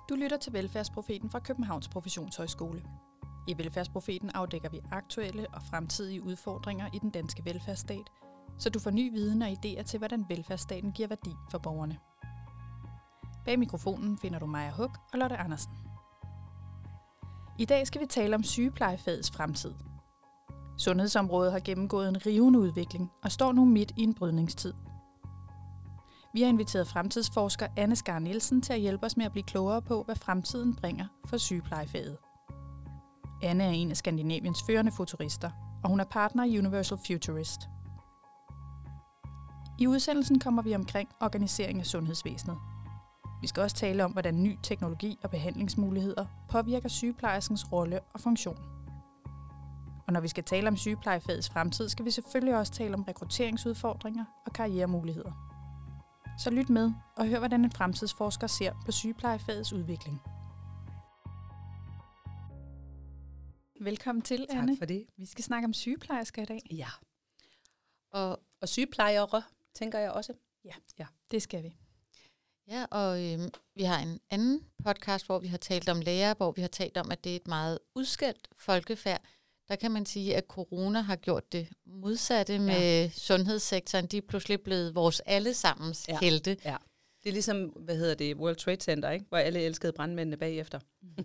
Du lytter til Velfærdsprofeten fra Københavns Professionshøjskole. I Velfærdsprofeten afdækker vi aktuelle og fremtidige udfordringer i den danske velfærdsstat, så du får ny viden og idéer til, hvordan velfærdsstaten giver værdi for borgerne. Bag mikrofonen finder du Maja Huk og Lotte Andersen. I dag skal vi tale om sygeplejefagets fremtid. Sundhedsområdet har gennemgået en rivende udvikling og står nu midt i en brydningstid. Vi har inviteret fremtidsforsker Anne Skar Nielsen til at hjælpe os med at blive klogere på, hvad fremtiden bringer for sygeplejefaget. Anne er en af Skandinaviens førende futurister, og hun er partner i Universal Futurist. I udsendelsen kommer vi omkring organisering af sundhedsvæsenet. Vi skal også tale om, hvordan ny teknologi og behandlingsmuligheder påvirker sygeplejerskens rolle og funktion. Og når vi skal tale om sygeplejefagets fremtid, skal vi selvfølgelig også tale om rekrutteringsudfordringer og karrieremuligheder. Så lyt med og hør, hvordan en fremtidsforsker ser på sygeplejefagets udvikling. Velkommen til, Anne. Tak for det. Vi skal snakke om sygeplejersker i dag. Ja. Og sygeplejere, tænker jeg også. Ja, det skal vi. Ja, og vi har en anden podcast, hvor vi har talt om læger, hvor vi har talt om, at det er et meget udskældt folkefærd. Der kan man sige, at corona har gjort det modsatte med sundhedssektoren. De er pludselig blevet vores allesammens helte. Ja. Det er ligesom, World Trade Center, ikke? Hvor alle elskede brandmændene bagefter.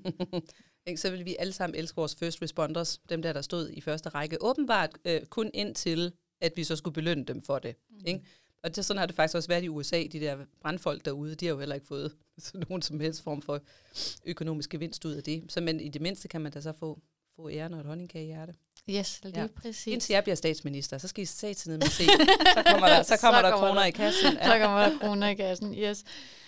Så vil vi alle sammen elske vores first responders, dem der stod i første række. Åbenbart kun indtil, at vi så skulle belønne dem for det. Ikke? Og sådan har det faktisk også været i USA, de der brandfolk derude, de har jo heller ikke fået nogen som helst form for økonomisk gevinst ud af det. Så men i det mindste kan man da så få æren og et honningkage i hjerte. Yes, lige præcis. Indtil jeg bliver statsminister, så skal I sætte ned med se. Så kommer der kroner i kassen. Ja. Så kommer der kroner i kassen, yes.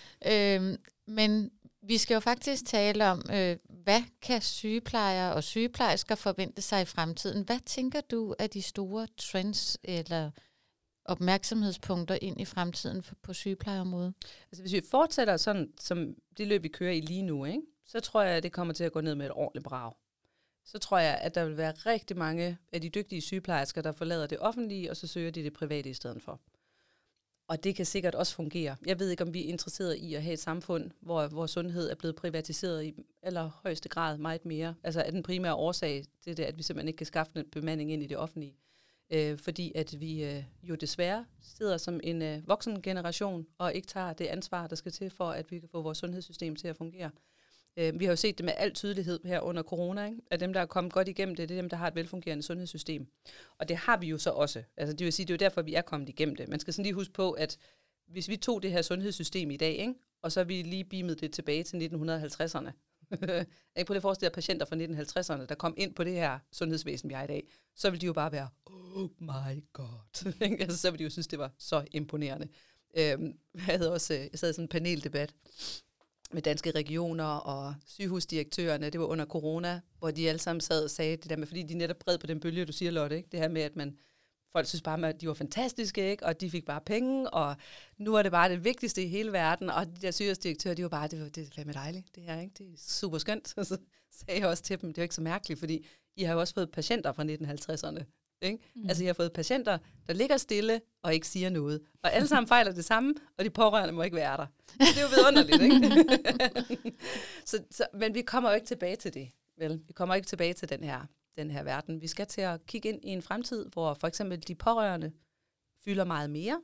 Men vi skal jo faktisk tale om, hvad kan sygeplejersker og sygeplejersker forvente sig i fremtiden? Hvad tænker du er de store trends eller opmærksomhedspunkter ind i fremtiden på sygeplejerområdet? Altså hvis vi fortsætter sådan, som det løb, vi kører i lige nu, ikke, så tror jeg, at det kommer til at gå ned med et ordentligt brag. Så tror jeg, at der vil være rigtig mange af de dygtige sygeplejersker, der forlader det offentlige, og så søger de det private i stedet for. Og det kan sikkert også fungere. Jeg ved ikke, om vi er interesseret i at have et samfund, hvor sundhed er blevet privatiseret i allerhøjeste grad meget mere. Altså er den primære årsag til det, at vi simpelthen ikke kan skaffe en bemanding ind i det offentlige. Fordi at vi jo desværre sidder som en voksen generation, og ikke tager det ansvar, der skal til for, at vi kan få vores sundhedssystem til at fungere. Vi har jo set det med al tydelighed her under corona, ikke? At dem, der er kommet godt igennem det, det er dem, der har et velfungerende sundhedssystem. Og det har vi jo så også. Altså, det vil sige, det er jo derfor, vi er kommet igennem det. Man skal sådan lige huske på, at hvis vi tog det her sundhedssystem i dag, ikke? Og så vi lige beamet det tilbage til 1950'erne. Jeg prøver at forestille jer patienter fra 1950'erne, der kom ind på det her sundhedsvæsen, vi har i dag, så ville de jo bare være, oh my god. Altså, så ville de jo synes, det var så imponerende. Jeg sad i sådan en paneldebat med danske regioner og sygehusdirektørerne, det var under corona, hvor de alle sammen sad og sagde det der med, fordi de netop bred på den bølge, du siger, Lotte, ikke? Det her med, at folk synes bare, at de var fantastiske, ikke? Og de fik bare penge, og nu er det bare det vigtigste i hele verden, og de der sygehusdirektører, de var bare, det er fandme dejligt, det her, ikke? Det er super skønt. Og så sagde jeg også til dem, det er jo ikke så mærkeligt, fordi I har jo også fået patienter fra 1950'erne. Ikke? Altså, jeg har fået patienter, der ligger stille og ikke siger noget. Og alle sammen fejler det samme, og de pårørende må ikke være der. Det er jo vidunderligt, ikke? Men vi kommer jo ikke tilbage til det, vel? Vi kommer ikke tilbage til den her verden. Vi skal til at kigge ind i en fremtid, hvor for eksempel de pårørende fylder meget mere.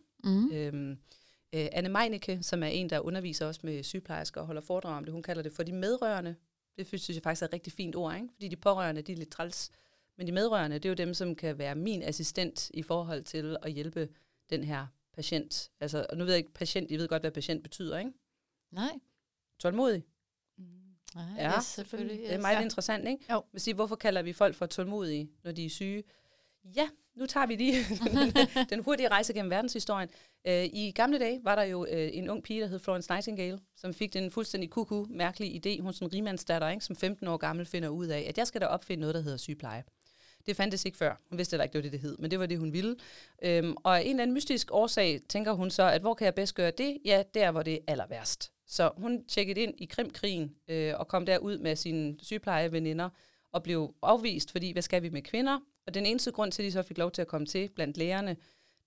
Anne Meinicke, som er en, der underviser også med sygeplejersker og holder foredrag om det, hun kalder det for de medrørende. Det synes jeg faktisk er et rigtig fint ord, ikke? Fordi de pårørende, de er lidt træls. Men de medrørende, det er jo dem, som kan være min assistent i forhold til at hjælpe den her patient. Altså, og nu ved jeg ikke, patient, I ved godt, hvad patient betyder, ikke? Nej. Tålmodig. Nej, ja, selvfølgelig. Det er meget interessant, ikke? Jo. Man siger, hvorfor kalder vi folk for tålmodige, når de er syge? Ja, nu tager vi lige den hurtige rejse gennem verdenshistorien. I gamle dage var der jo en ung pige, der hed Florence Nightingale, som fik den fuldstændig mærkelige idé. Hun er sådan en rigmandsdatter, ikke? Som 15 år gammel finder ud af, at jeg skal da opfinde noget, der hedder sygepleje. Det fandtes ikke før. Hun vidste heller ikke, det var det hed, men det var det, hun ville. Og en eller anden mystisk årsag, tænker hun så, at hvor kan jeg bedst gøre det? Ja, der, hvor det er aller værst. Så hun tjekkede ind i Krimkrigen og kom derud med sine sygeplejeveninder og blev afvist, fordi hvad skal vi med kvinder? Og den eneste grund til, at de så fik lov til at komme til blandt lægerne,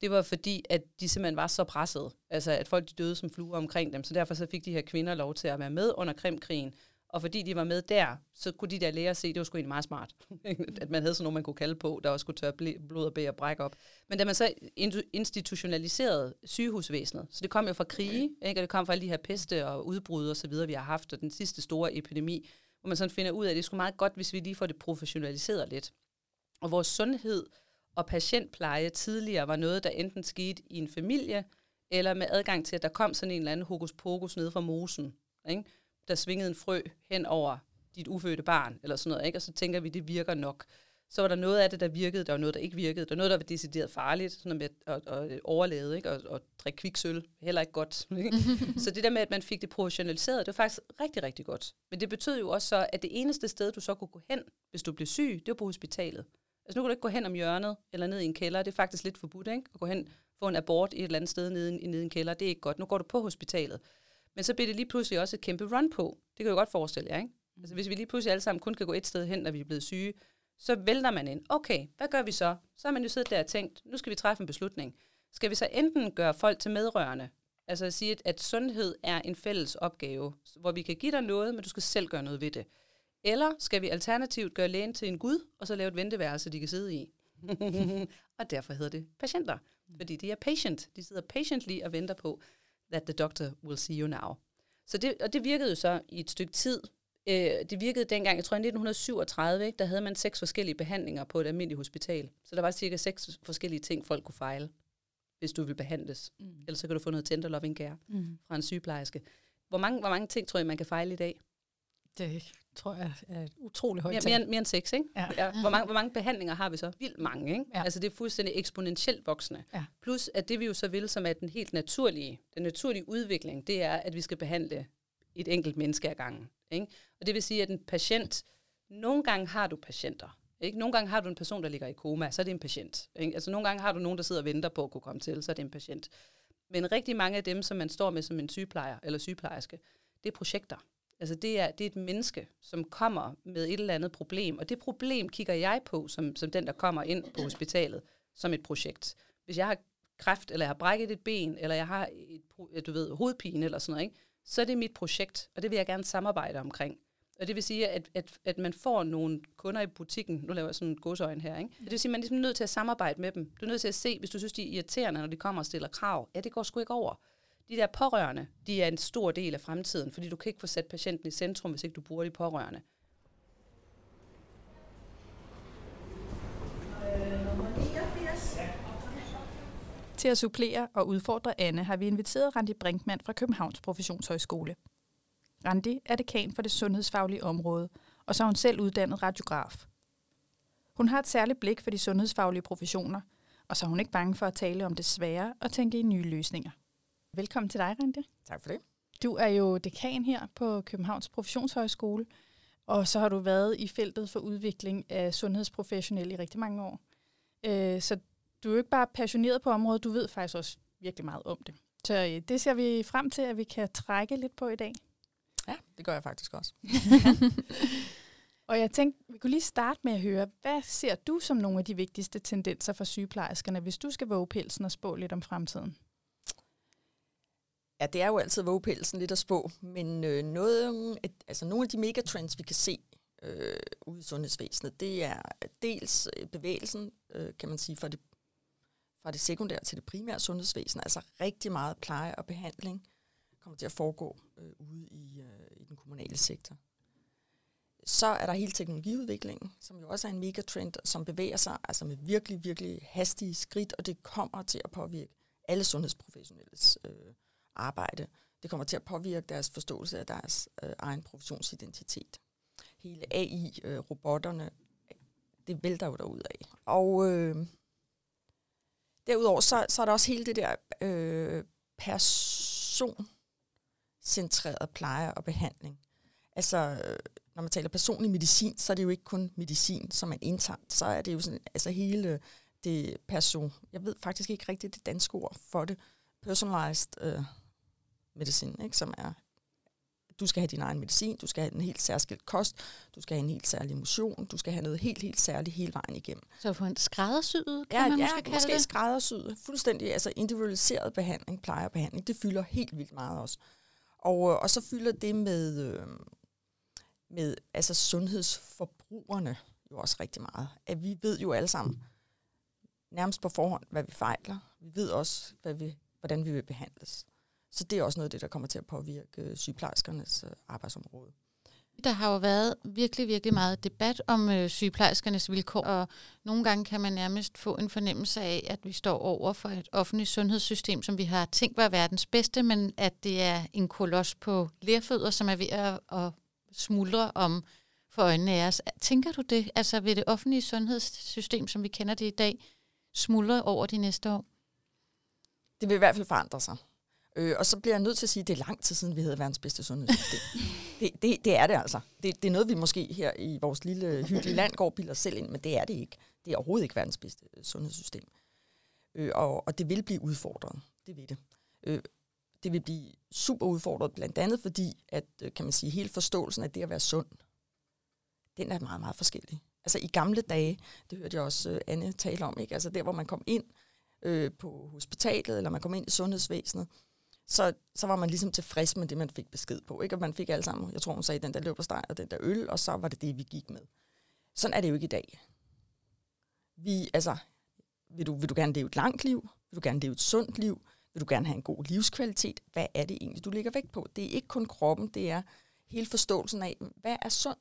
det var fordi, at de simpelthen var så pressede. Altså, at folk de døde som fluer omkring dem. Så derfor så fik de her kvinder lov til at være med under Krimkrigen. Og fordi de var med der, så kunne de der læger se, det var sgu egentlig meget smart. At man havde sådan noget, man kunne kalde på, der også kunne tørre blod og bære og brække op. Men da man så institutionaliserede sygehusvæsenet, så det kom jo fra krige, ikke? Og det kom fra alle de her peste og udbrud og så videre, vi har haft, og den sidste store epidemi, hvor man sådan finder ud af, at det er sgu meget godt, hvis vi lige får det professionaliseret lidt. Og vores sundhed og patientpleje tidligere var noget, der enten skete i en familie, eller med adgang til, at der kom sådan en eller anden hokus pokus nede fra mosen, ikke? Der svingede en frø hen over dit ufødte barn, eller sådan noget, ikke? Og så tænker vi, det virker nok. Så var der noget af det, der virkede, der var noget, der ikke virkede, der var noget, der var decideret farligt, sådan med at overleve, ikke? Og drikke kviksøl, heller ikke godt. Ikke? Så det der med, at man fik det professionaliseret, det var faktisk rigtig, rigtig godt. Men det betød jo også så, at det eneste sted, du så kunne gå hen, hvis du blev syg, det var på hospitalet. Altså nu kan du ikke gå hen om hjørnet, eller ned i en kælder, det er faktisk lidt forbudt, ikke? At gå hen, få en abort i et eller andet sted nede i en kælder, det er ikke godt. Nu går du på hospitalet. Men så bliver det lige pludselig også et kæmpe run på. Det kan du godt forestille jer, ikke? Altså hvis vi lige pludselig alle sammen kun kan gå et sted hen, når vi er blevet syge, så vælter man ind. Okay, hvad gør vi så? Så har man jo siddet der og tænkt, nu skal vi træffe en beslutning. Skal vi så enten gøre folk til medrørende, altså at sige, at sundhed er en fælles opgave, hvor vi kan give dig noget, men du skal selv gøre noget ved det. Eller skal vi alternativt gøre lægen til en gud, og så lave et venteværelse, de kan sidde i? Og derfor hedder det patienter, fordi de er patient. De sidder patiently og venter på, that the doctor will see you now. Så det virkede jo så i et stykke tid. Det virkede dengang, jeg tror i 1937, ikke, der havde man 6 forskellige behandlinger på et almindeligt hospital. Så der var cirka 6 forskellige ting, folk kunne fejle, hvis du vil behandles. Ellers så kan du få noget tender loving care fra en sygeplejerske. Hvor mange ting tror jeg, man kan fejle i dag? Det tror jeg er et utroligt højt tal. Mere end 6, ikke? Ja. Ja. Hvor mange behandlinger har vi så? Vildt mange, ikke? Ja. Altså det er fuldstændig eksponentielt voksende. Ja. Plus at det vi jo så vil, som er den naturlige udvikling, det er, at vi skal behandle et enkelt menneske ad gangen. Ikke? Og det vil sige, at en patient, nogle gange har du patienter. Ikke? Nogle gange har du en person, der ligger i koma, så er det en patient. Ikke? Altså nogle gange har du nogen, der sidder og venter på at kunne komme til, så er det en patient. Men rigtig mange af dem, som man står med som en sygeplejer eller sygeplejerske, det er projekter. Altså det er et menneske, som kommer med et eller andet problem, og det problem kigger jeg på, som den, der kommer ind på hospitalet, som et projekt. Hvis jeg har kræft, eller jeg har brækket et ben, eller jeg har hovedpine eller sådan noget, ikke? Så er det mit projekt, og det vil jeg gerne samarbejde omkring. Og det vil sige, at man får nogle kunder i butikken, nu laver jeg sådan en godsøjne her, ikke? Det vil sige, at man er ligesom nødt til at samarbejde med dem. Du er nødt til at se, hvis du synes, de er irriterende, når de kommer og stiller krav. Ja, det går sgu ikke over. De der pårørende, de er en stor del af fremtiden, fordi du kan ikke få sat patienten i centrum, hvis ikke du bruger de pårørende. Til at supplere og udfordre Anne har vi inviteret Randi Brinkmann fra Københavns Professionshøjskole. Randi er dekan for det sundhedsfaglige område, og så er hun selv uddannet radiograf. Hun har et særligt blik for de sundhedsfaglige professioner, og så er hun ikke bange for at tale om det svære og tænke i nye løsninger. Velkommen til dig, Randi. Tak for det. Du er jo dekan her på Københavns Professionshøjskole, og så har du været i feltet for udvikling af sundhedsprofessionelle i rigtig mange år. Så du er jo ikke bare passioneret på området, du ved faktisk også virkelig meget om det. Så det ser vi frem til, at vi kan trække lidt på i dag. Ja, det gør jeg faktisk også. Og jeg tænkte, vi kunne lige starte med at høre, hvad ser du som nogle af de vigtigste tendenser for sygeplejerskerne, hvis du skal våge pelsen og spå lidt om fremtiden? Ja, det er jo altid vågepelsen lidt at spå, men nogle af de megatrends, vi kan se ude i sundhedsvæsenet, det er dels bevægelsen, kan man sige, fra det sekundære til det primære sundhedsvæsen, altså rigtig meget pleje og behandling kommer til at foregå ude i den kommunale sektor. Så er der hele teknologiudviklingen, som jo også er en megatrend, som bevæger sig altså med virkelig, virkelig hastige skridt, og det kommer til at påvirke alle sundhedsprofessionelles arbejde. Det kommer til at påvirke deres forståelse af deres egen professionsidentitet. Hele AI, robotterne, det vælter jo derudad. Og derudover så er der også hele det der personcentreret pleje og behandling. Altså, når man taler personlig medicin, så er det jo ikke kun medicin, som man indtager. Så er det jo sådan, altså hele det jeg ved faktisk ikke rigtigt det danske ord for det, personalized medicin, ikke, som er du skal have din egen medicin, du skal have en helt særskilt kost, du skal have en helt særlig motion, du skal have noget helt særligt hele vejen igennem. Så på en skræddersyet, kan man måske kalde det? Skræddersyet. Fuldstændig altså individualiseret behandling, pleje og behandling, det fylder helt vildt meget også. Og så fylder det med altså sundhedsforbrugerne jo også rigtig meget. At vi ved jo alle sammen nærmest på forhånd, hvad vi fejler. Vi ved også, hvordan vi vil behandles. Så det er også noget af det, der kommer til at påvirke sygeplejerskernes arbejdsområde. Der har jo været virkelig, virkelig meget debat om sygeplejerskernes vilkår, og nogle gange kan man nærmest få en fornemmelse af, at vi står over for et offentligt sundhedssystem, som vi har tænkt var verdens bedste, men at det er en koloss på lerfødder, som er ved at smuldre om for øjnene af os. Tænker du det? Altså vil det offentlige sundhedssystem, som vi kender det i dag, smuldre over de næste år? Det vil i hvert fald forandre sig. Og så bliver jeg nødt til at sige, at det er lang tid siden, vi havde verdens bedste sundhedssystem. det er det altså. Det er noget, vi måske her i vores lille hyggelige land går og bilder os selv ind, men det er det ikke. Det er overhovedet ikke verdens bedste sundhedssystem. Og det vil blive udfordret. Det vil det. Det vil blive super udfordret, blandt andet fordi, at kan man sige, hele forståelsen af det at være sund, den er meget, meget forskellig. Altså i gamle dage, det hørte jeg også Anne tale om, ikke? Altså der, hvor man kom ind på hospitalet, eller man kom ind i sundhedsvæsenet, så var man ligesom tilfreds med det, man fik besked på. Ikke? Og man fik alle sammen, jeg tror hun sagde, den der leverpostej og den der øl, og så var det, vi gik med. Sådan er det jo ikke i dag. Vil du gerne leve et langt liv? Vil du gerne leve et sundt liv? Vil du gerne have en god livskvalitet? Hvad er det egentlig, du lægger vægt på? Det er ikke kun kroppen, det er hele forståelsen af, hvad er sund?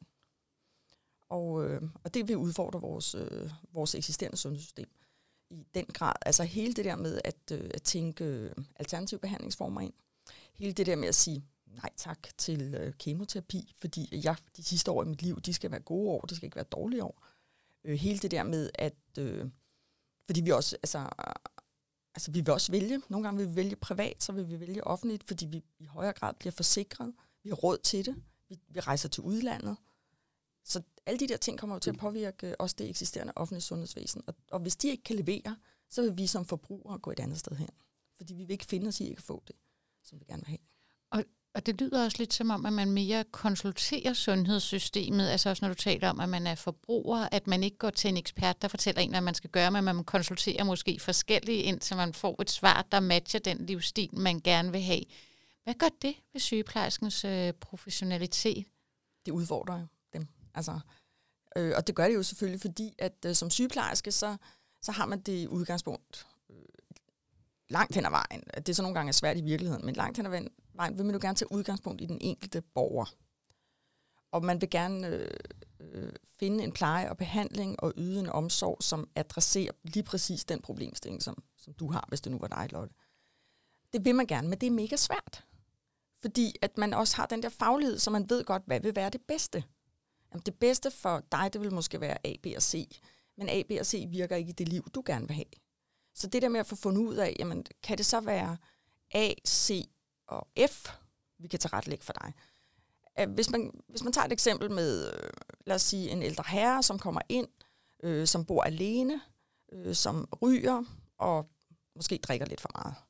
Og det vil udfordre vores eksisterende sundhedssystem i den grad. Altså hele det der med at tænke alternative behandlingsformer ind. Hele det der med at sige nej tak til kemoterapi, fordi de sidste år i mit liv, de skal være gode år, det skal ikke være dårlige år. Hele det der med, at fordi vi også, altså vi vil også vælge, nogle gange vil vi vælge privat, så vil vi vælge offentligt, fordi vi i højere grad bliver forsikret, vi har råd til det, vi rejser til udlandet. Så alle de der ting kommer jo til at påvirke også det eksisterende offentlige sundhedsvæsen. Og hvis de ikke kan levere, så vil vi som forbrugere gå et andet sted hen. Fordi vi vil ikke finde os i ikke at få det, som vi gerne vil have. Og det lyder også lidt som om, at man mere konsulterer sundhedssystemet, altså også når du taler om, at man er forbruger, at man ikke går til en ekspert, der fortæller en, hvad man skal gøre, men man konsulterer måske forskellige, indtil man får et svar, der matcher den livsstil, man gerne vil have. Hvad gør det ved sygeplejerskens professionalitet? Det udfordrer jo dem. Altså, og det gør det jo selvfølgelig, fordi at som sygeplejerske, så har man det udgangspunkt langt hen ad vejen. Det er så nogle gange svært i virkeligheden, men langt hen ad vejen vil man jo gerne tage udgangspunkt i den enkelte borger. Og man vil gerne finde en pleje og behandling og yde en omsorg, som adresserer lige præcis den problemstilling, som du har, hvis det nu var dig, Lotte. Det vil man gerne, men det er mega svært. Fordi at man også har den der faglighed, så man ved godt, hvad vil være det bedste. Jamen, det bedste for dig, det vil måske være A, B og C. Men A, B og C virker ikke i det liv, du gerne vil have. Så det der med at få fundet ud af, jamen, kan det så være A, C og F, vi kan tilrettelægge for dig. Hvis man tager et eksempel med, lad os sige, en ældre herre, som kommer ind, som bor alene, som ryger og måske drikker lidt for meget.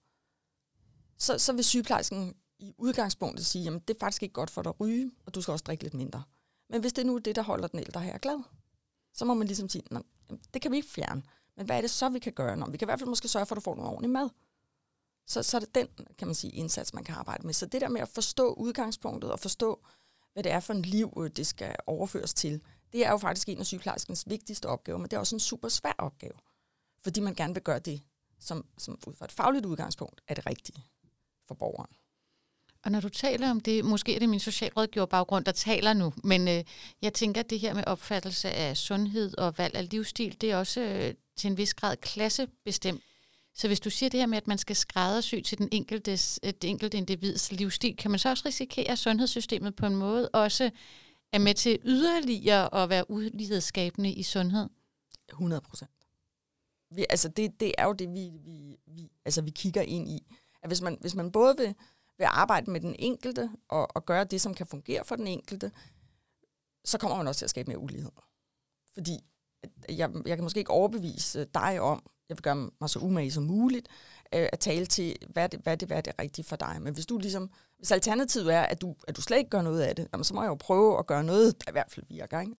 Så vil sygeplejersken i udgangspunktet sige, jamen det er faktisk ikke godt for dig at ryge, og du skal også drikke lidt mindre. Men hvis det nu er det, der holder den ældre herre glad, så må man ligesom sige, det kan vi ikke fjerne. Men hvad er det så, vi kan gøre? Vi kan i hvert fald måske sørge for, at du får noget ordentlig mad. Så er det den, kan man sige, indsats, man kan arbejde med. Så det der med at forstå udgangspunktet og forstå, hvad det er for en liv, det skal overføres til, det er jo faktisk en af sygeplejerskens vigtigste opgaver, men det er også en super svær opgave. Fordi man gerne vil gøre det, som ud fra et fagligt udgangspunkt er det rigtige for borgeren. Og når du taler om det, måske er det min socialrådgiverbaggrund, der taler nu, men jeg tænker, at det her med opfattelse af sundhed og valg af livsstil, det er også til en vis grad klassebestemt. Så hvis du siger det her med, at man skal skræddersy til det enkelte individs livsstil, kan man så også risikere, at sundhedssystemet på en måde også er med til yderligere at være ulighedsskabende i sundhed? 100%. Altså det er jo det, vi kigger ind i. At hvis man både vil arbejde med den enkelte og gøre det, som kan fungere for den enkelte, så kommer man også til at skabe mere ulighed. Fordi jeg kan måske ikke overbevise dig om, jeg vil gøre mig så umage som muligt, at tale til, hvad er det rigtige for dig. Men hvis alternativet er, at du slet ikke gør noget af det, jamen, så må jeg jo prøve at gøre noget, der i hvert fald virker. Ikke?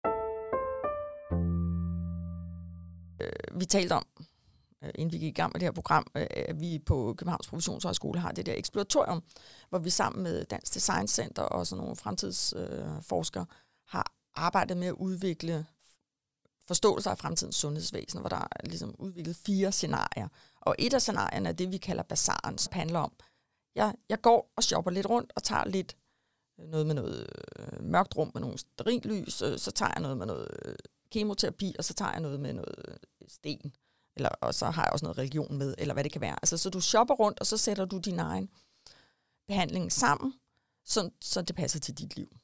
Vi talte om, inden vi gik i gang med det her program, at vi på Københavns Professionshøjskole har det der eksploratorium, hvor vi sammen med Dansk Design Center og sådan nogle fremtidsforskere har arbejdet med at udvikle forståelser af fremtidens sundhedsvæsen, hvor der er ligesom udviklet 4 scenarier. Og et af scenarierne er det, vi kalder bazaren, som handler om, jeg går og shopper lidt rundt og tager lidt noget med noget mørkt rum med nogle stearinlys, så tager jeg noget med noget kemoterapi, og så tager jeg noget med noget sten. Og så har jeg også noget religion med, eller hvad det kan være. Altså, så du shopper rundt, og så sætter du din egen behandling sammen, så det passer til dit liv.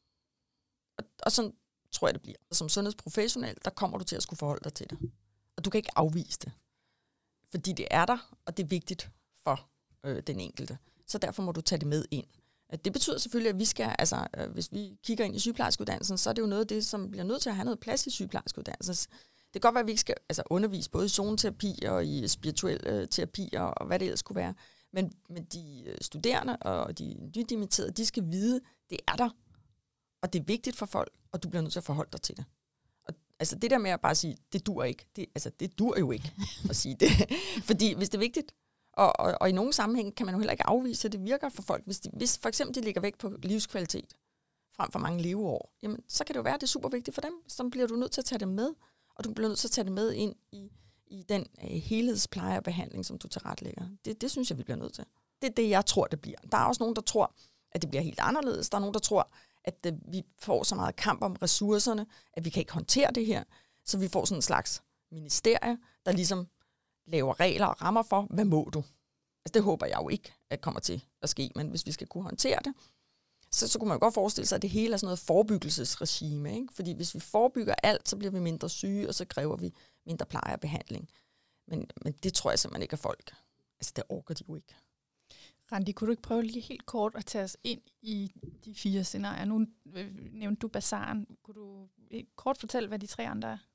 Og sådan tror jeg, det bliver. Som sundhedsprofessionel, der kommer du til at skulle forholde dig til det. Og du kan ikke afvise det. Fordi det er der, og det er vigtigt for den enkelte. Så derfor må du tage det med ind. Det betyder selvfølgelig, at vi skal, hvis vi kigger ind i sygeplejerskeuddannelsen, så er det jo noget af det, som bliver nødt til at have noget plads i sygeplejerskeuddannelsen. Det kan godt være, at vi ikke skal undervise både i zoneterapi og i spirituel terapi og hvad det ellers kunne være. Men de studerende og de nydimitterede, de skal vide, det er der. Og det er vigtigt for folk, og du bliver nødt til at forholde dig til det. Og, det der med at bare sige, det dur ikke. Det dur jo ikke at sige det. Fordi hvis det er vigtigt, og i nogle sammenhæng kan man jo heller ikke afvise, at det virker for folk. Hvis for eksempel de ligger væk på livskvalitet frem for mange leveår, jamen, så kan det jo være, at det er super vigtigt for dem. Så bliver du nødt til at tage det med, og du bliver nødt til at tage det med ind i den helhedspleje og behandling, som du tilrettelægger. Det synes jeg, vi bliver nødt til. Det er det, jeg tror, det bliver. Der er også nogen, der tror, at det bliver helt anderledes. Der er nogen, der tror, at vi får så meget kamp om ressourcerne, at vi kan ikke håndtere det her. Så vi får sådan en slags ministerie, der ligesom laver regler og rammer for, hvad må du? Det håber jeg jo ikke, at kommer til at ske. Men hvis vi skal kunne håndtere det, så kunne man jo godt forestille sig, at det hele er sådan noget forebyggelsesregime. Ikke? Fordi hvis vi forebygger alt, så bliver vi mindre syge, og så kræver vi mindre pleje og behandling. Men det tror jeg simpelthen ikke er folk. Det orker de jo ikke. Randi, kunne du ikke prøve lige helt kort at tage os ind i de 4 scenarier? Nu nævnte du bazaren. Kunne du kort fortælle, hvad de 3 andre er?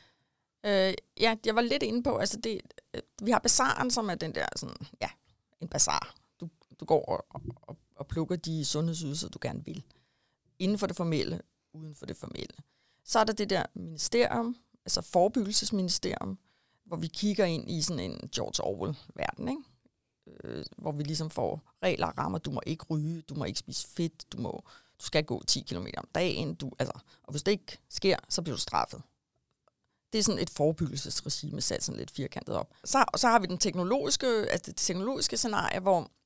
Ja, jeg var lidt inde på, vi har bazaren, som er den der, en bazar. Du går og plukker de sundhedsydelser, du gerne vil. Inden for det formelle, uden for det formelle. Så er der det der ministerium, altså forebyggelsesministerium, hvor vi kigger ind i sådan en George Orwell-verden, ikke? Hvor vi ligesom får regler og rammer. Du må ikke ryge, du må ikke spise fedt, du skal gå 10 km om dagen. Og hvis det ikke sker, så bliver du straffet. Det er sådan et forebyggelsesregime, sat sådan lidt firkantet op. Så har vi det teknologiske scenarie,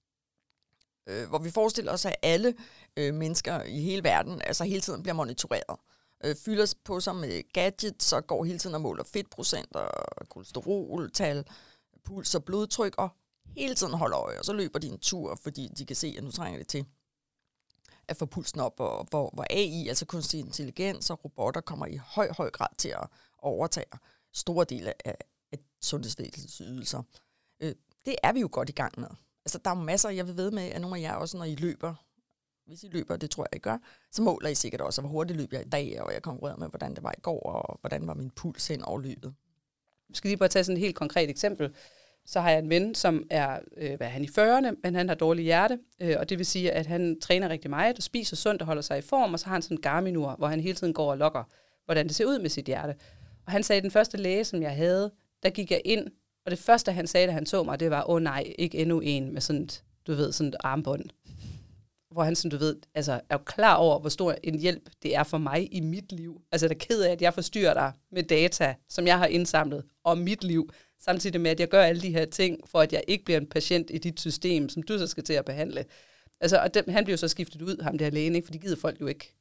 hvor vi forestiller os, at alle mennesker i hele verden hele tiden bliver monitoreret. Fylder på sig med gadgets, så går hele tiden og måler fedtprocent og kolesteroltal, puls og blodtryk, og hele tiden holder øje. Og så løber de en tur, fordi de kan se, at nu trænger det til at få pulsen op, og hvor AI, altså kunstig intelligens og robotter, kommer i høj grad til at overtage store dele af sundhedsvæsenets ydelser. Det er vi jo godt i gang med. Der er masser, jeg vil ved med, at nogle af jer også, når I løber, hvis I løber, det tror jeg, I gør, så måler I sikkert også, hvor hurtigt løber jeg i dag, og jeg konkurrerer med, hvordan det var i går, og hvordan var min puls hen over løbet. Jeg skal lige bare tage sådan et helt konkret eksempel. Så har jeg en ven, som er han i 40'erne, men han har dårlig hjerte, og det vil sige, at han træner rigtig meget, og spiser sundt og holder sig i form, og så har han sådan en Garmin-ur, hvor han hele tiden går og logger, hvordan det ser ud med sit hjerte. Og han sagde, at den første læge, som jeg havde, der gik jeg ind, og det første, han sagde, da han så mig, det var, nej, ikke endnu en med sådan et armbånd. Hvor han er jo klar over, hvor stor en hjælp det er for mig i mit liv. Der er ked af, at jeg forstyrrer dig med data, som jeg har indsamlet om mit liv, samtidig med, at jeg gør alle de her ting, for at jeg ikke bliver en patient i dit system, som du så skal til at behandle. Han bliver så skiftet ud, ham der lægen, ikke? For de gider folk jo ikke.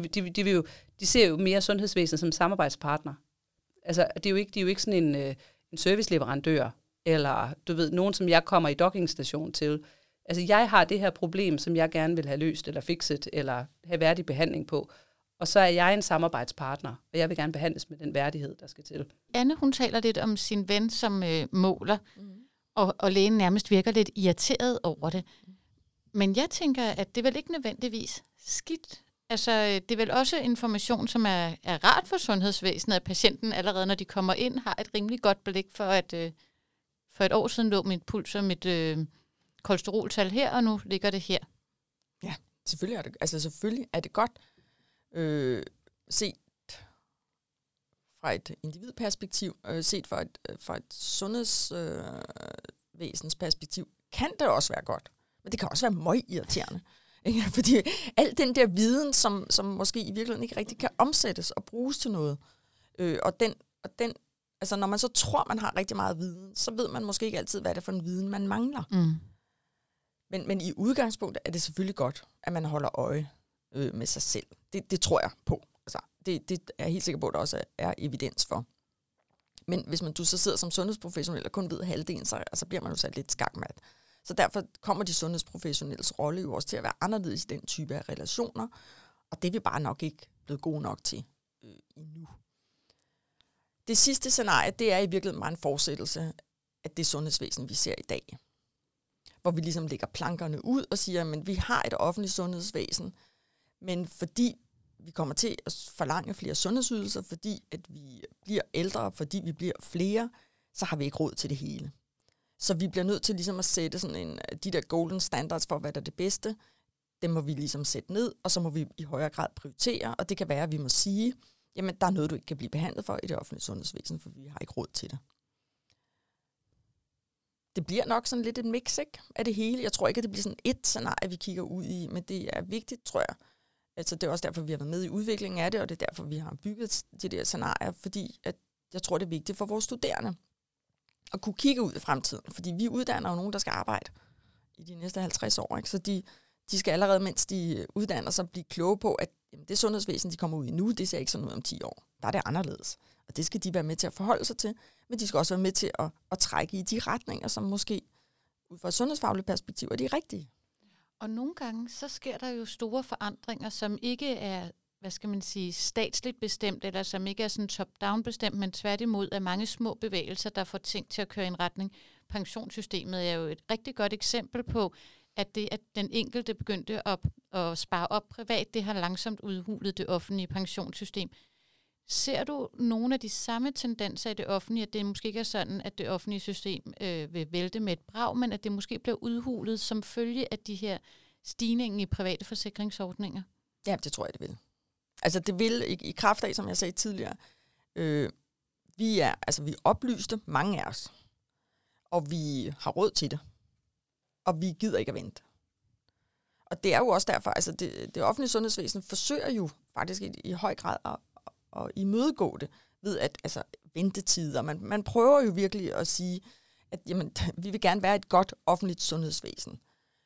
De ser jo mere sundhedsvæsenet som samarbejdspartner. De er jo ikke sådan en serviceleverandør, eller nogen, som jeg kommer i dockingstation til. Jeg har det her problem, som jeg gerne vil have løst, eller fikset, eller have værdig behandling på. Og så er jeg en samarbejdspartner, og jeg vil gerne behandles med den værdighed, der skal til. Anne, hun taler lidt om sin ven, som måler, og lægen nærmest virker lidt irriteret over det. Men jeg tænker, at det er vel ikke nødvendigvis skidt. Det er vel også information, som er rart for sundhedsvæsenet, at patienten allerede, når de kommer ind, har et rimelig godt blik for For et år siden lå mit puls og mit kolesteroltal her, og nu ligger det her. Ja, selvfølgelig er det godt set fra et individperspektiv, set fra et sundhedsvæsens perspektiv, kan det også være godt. Men det kan også være møgirriterende. Fordi al den der viden, som måske i virkeligheden ikke rigtig kan omsættes og bruges til noget, og den, altså når man så tror, man har rigtig meget viden, så ved man måske ikke altid, hvad det er for en viden, man mangler. Mm. Men i udgangspunktet er det selvfølgelig godt, at man holder øje med sig selv. Det tror jeg på. Altså, det er jeg helt sikker på, at der også er evidens for. Men hvis du så sidder som sundhedsprofessionel og kun ved halvdelen, så bliver man jo sat lidt skakmat. Så derfor kommer de sundhedsprofessionelles rolle jo også til at være anderledes i den type af relationer, og det er vi bare nok ikke blevet gode nok til endnu. Det sidste scenarie, det er i virkeligheden bare en fortsættelse af det sundhedsvæsen, vi ser i dag. Hvor vi ligesom lægger plankerne ud og siger, at vi har et offentligt sundhedsvæsen, men fordi vi kommer til at forlange flere sundhedsydelser, fordi at vi bliver ældre, fordi vi bliver flere, så har vi ikke råd til det hele. Så vi bliver nødt til ligesom at sætte sådan de der golden standards for, hvad der er det bedste. Dem må vi ligesom sætte ned, og så må vi i højere grad prioritere. Og det kan være, at vi må sige, jamen der er noget, du ikke kan blive behandlet for i det offentlige sundhedsvæsen, for vi har ikke råd til det. Det bliver nok sådan lidt et mix, ikke, af det hele. Jeg tror ikke, at det bliver sådan et scenarie, vi kigger ud i, men det er vigtigt, tror jeg. Altså, det er også derfor, vi har været med i udviklingen af det, og det er derfor, vi har bygget de der scenarier, fordi at jeg tror, det er vigtigt for vores studerende at kunne kigge ud i fremtiden. Fordi vi uddanner jo nogen, der skal arbejde i de næste 50 år. Ikke? Så de skal allerede, mens de uddanner sig, blive kloge på, at jamen, det sundhedsvæsen, de kommer ud i nu, det ser ikke sådan ud om 10 år. Der er det anderledes. Og det skal de være med til at forholde sig til, men de skal også være med til at trække i de retninger, som måske ud fra et sundhedsfagligt perspektiv er de rigtige. Og nogle gange, så sker der jo store forandringer, som ikke er, hvad skal man sige, statsligt bestemt, eller som ikke er sådan top-down bestemt, men tværtimod er mange små bevægelser, der får ting til at køre i en retning. Pensionssystemet er jo et rigtig godt eksempel på, at det, at den enkelte begyndte at spare op privat, det har langsomt udhulet det offentlige pensionssystem. Ser du nogle af de samme tendenser i det offentlige, at det måske ikke er sådan, at det offentlige system vil vælte med et brag, men at det måske bliver udhulet som følge af de her stigninger i private forsikringsordninger? Ja, det tror jeg, det vil. Altså det vil i kraft af, som jeg sagde tidligere, vi er oplyste, mange af os, og vi har råd til det, og vi gider ikke at vente. Og det er jo også derfor, altså det offentlige sundhedsvæsen forsøger jo faktisk i høj grad at imødegå det ved at altså ventetider. Man prøver jo virkelig at sige, at jamen, vi vil gerne være et godt offentligt sundhedsvæsen.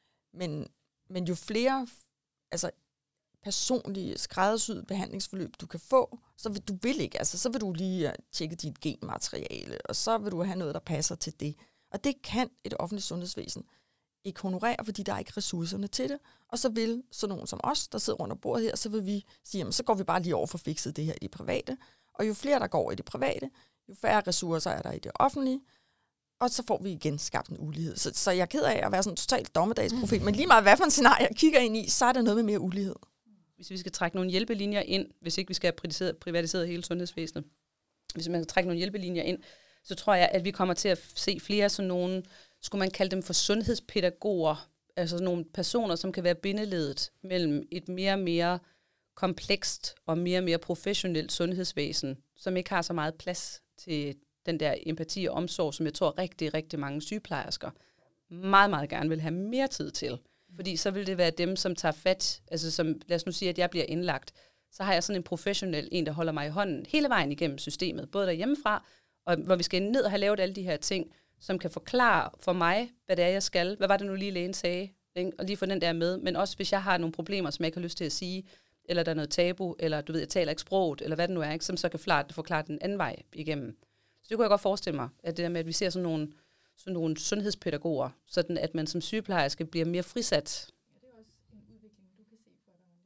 Men jo flere altså personlige skræddersyede behandlingsforløb du kan få, så vil du lige tjekke dit genmateriale, og så vil du have noget, der passer til det. Og det kan et offentligt sundhedsvæsen ikke honorere, fordi der er ikke ressourcerne til det. Og så vil sådan nogen som os, der sidder rundt om bordet her, så vil vi sige, jamen, så går vi bare lige over for fikset det her i det private. Og jo flere, der går i det private, jo færre ressourcer er der i det offentlige, og så får vi igen skabt en ulighed. Så jeg er ked af at være sådan en totalt dommedagsprofet, men lige meget hvad for en scenarie jeg kigger ind i, så er der noget med mere ulighed. Hvis vi skal trække nogle hjælpelinjer ind, hvis ikke vi skal have privatiseret hele sundhedsvæsenet, hvis man skal trække nogle hjælpelinjer ind, så tror jeg, at vi kommer til at se flere sådan nogle, skulle man kalde dem for sundhedspædagoger, altså sådan nogle personer, som kan være bindeledet mellem et mere og mere komplekst og mere professionelt sundhedsvæsen, som ikke har så meget plads til den der empati og omsorg, som jeg tror rigtig, rigtig mange sygeplejersker meget, meget gerne vil have mere tid til. Fordi så vil det være dem, som tager fat, altså som, lad os nu sige, at jeg bliver indlagt, så har jeg sådan en professionel, en der holder mig i hånden hele vejen igennem systemet, både derhjemmefra, og hvor vi skal ned og have lavet alle de her ting, som kan forklare for mig, hvad det er, jeg skal. Hvad var det nu lige lægen sagde? Ikke? Og lige få den der med. Men også hvis jeg har nogle problemer, som jeg ikke har lyst til at sige, eller der er noget tabu, eller du ved, jeg taler ikke sproget, eller hvad det nu er, ikke? Som så kan forklare den anden vej igennem. Så det kunne jeg godt forestille mig, at det der med, at vi ser sådan nogle sundhedspædagoger, sådan at man som sygeplejerske bliver mere frisat. Ja, det er også en udvikling, du kan se for dig.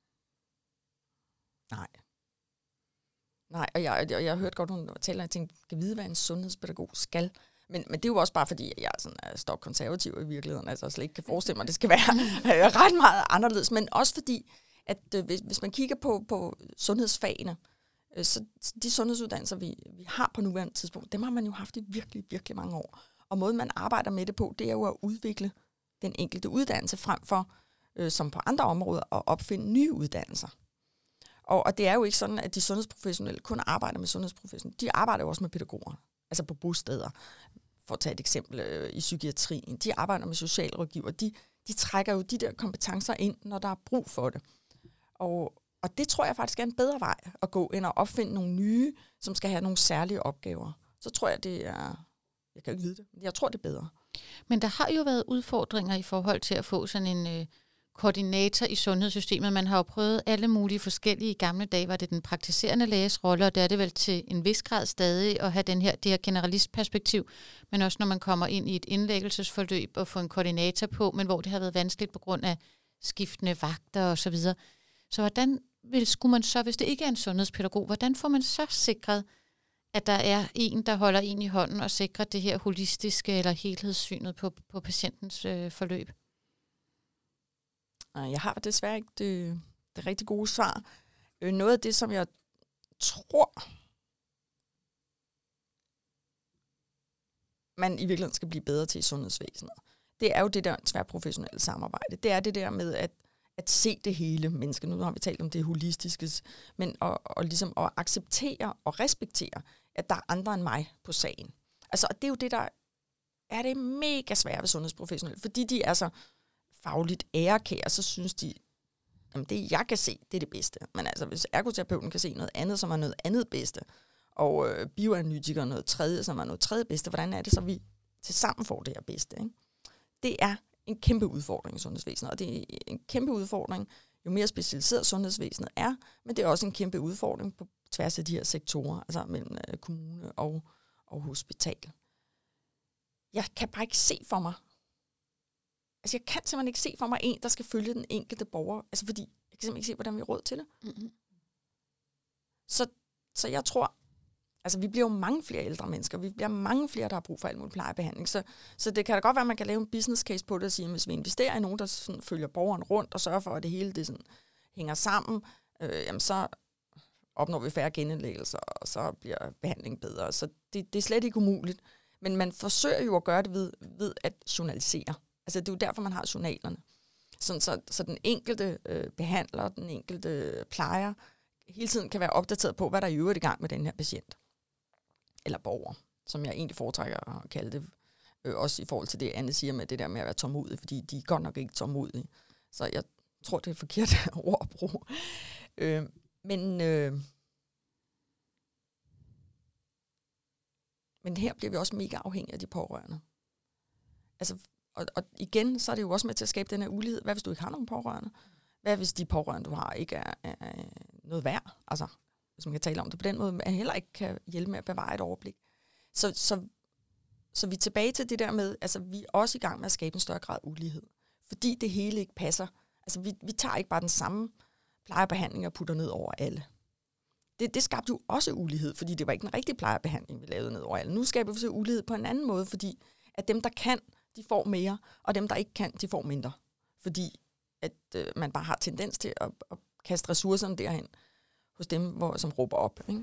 Nej, og jeg har hørt godt, hun taler, jeg tænkte, kan vide, hvad en sundhedspædagog skal. Men det er jo også bare fordi, at jeg er stokkonservativ i virkeligheden, altså slet ikke kan forestille mig, at det skal være ret meget anderledes. Men også fordi, at hvis man kigger på sundhedsfagene, så de sundhedsuddannelser, vi har på nuværende tidspunkt, dem har man jo haft i virkelig, virkelig mange år. Og måden, man arbejder med det på, det er jo at udvikle den enkelte uddannelse frem for, som på andre områder, at opfinde nye uddannelser. Og det er jo ikke sådan, at de sundhedsprofessionelle kun arbejder med sundhedsprofessionelle. De arbejder jo også med pædagoger, altså på bosteder. For at tage et eksempel i psykiatrien. De arbejder med socialrådgiver. De trækker jo de der kompetencer ind, når der er brug for det. Og det tror jeg faktisk er en bedre vej at gå, end at opfinde nogle nye, som skal have nogle særlige opgaver. Så tror jeg, det er... Jeg kan ikke vide det, men jeg tror, det er bedre. Men der har jo været udfordringer i forhold til at få sådan en koordinator i sundhedssystemet. Man har jo prøvet alle mulige forskellige. I gamle dage var det den praktiserende læges rolle, og der er det vel til en vis grad stadig at have det her generalistperspektiv, men også når man kommer ind i et indlæggelsesforløb og få en koordinator på, men hvor det har været vanskeligt på grund af skiftende vagter og så videre. Så hvordan skulle man så, hvis det ikke er en sundhedspædagog, hvordan får man så sikret, at der er en, der holder en i hånden og sikrer det her holistiske eller helhedssynet på patientens forløb? Jeg har desværre ikke det rigtig gode svar. Noget af det, som jeg tror, man i virkeligheden skal blive bedre til i sundhedsvæsenet, det er jo det der tværprofessionelle samarbejde. Det er det der med at se det hele menneske. Nu har vi talt om det holistiske, men og ligesom at acceptere og respektere, at der er andre end mig på sagen. Altså, det er jo det, der er det mega svært ved sundhedsprofessionelle, fordi de er så fagligt ærekære, så synes de, jamen det jeg kan se, det er det bedste. Men altså, hvis ergoterapeuten kan se noget andet, som er noget andet bedste, og bioanalytikeren noget tredje, som er noget tredje bedste, hvordan er det så, vi tilsammen får det her bedste? Ikke? Det er en kæmpe udfordring i sundhedsvæsenet, og det er en kæmpe udfordring, jo mere specialiseret sundhedsvæsenet er, men det er også en kæmpe udfordring på tværs af de her sektorer, altså mellem kommune og hospital. Jeg kan bare ikke se for mig, altså jeg kan simpelthen ikke se for mig en, der skal følge den enkelte borger, altså fordi jeg kan simpelthen ikke se, hvordan vi har råd til det. Mm-hmm. Så jeg tror, altså vi bliver jo mange flere ældre mennesker, vi bliver mange flere, der har brug for alt mulig plejebehandling, så det kan da godt være, at man kan lave en business case på det og sige, at hvis vi investerer i nogen, der sådan følger borgeren rundt og sørger for, at det hele det sådan hænger sammen, jamen så opnår vi færre genindlæggelser, og så bliver behandlingen bedre. Så det er slet ikke umuligt. Men man forsøger jo at gøre det ved at journalisere. Altså det er jo derfor, man har journalerne. Så den enkelte behandler, den enkelte plejer, hele tiden kan være opdateret på, hvad der er i øvrigt i gang med den her patient. Eller borger, som jeg egentlig foretrækker at kalde det. Også i forhold til det, Anne siger med det der med at være tålmodig, fordi de er godt nok ikke tålmodige. Så jeg tror, det er et forkert ord at bruge. Men her bliver vi også mega afhængige af de pårørende. Altså, og igen, så er det jo også med til at skabe den her ulighed. Hvad hvis du ikke har nogen pårørende? Hvad hvis de pårørende, du har, ikke er noget værd? Altså, hvis man kan tale om det på den måde, men heller ikke kan hjælpe med at bevare et overblik. Så vi er tilbage til det der med, altså vi er også i gang med at skabe en større grad af ulighed. Fordi det hele ikke passer. Altså vi tager ikke bare den samme plejebehandling og putter ned over alle. Det skabte jo også ulighed, fordi det var ikke den rigtige plejebehandling, vi lavede ned over alle. Nu skaber vi så ulighed på en anden måde, fordi at dem, der kan, de får mere, og dem, der ikke kan, de får mindre. Fordi at man bare har tendens til at kaste ressourcerne derhen hos dem, som råber op. Ikke?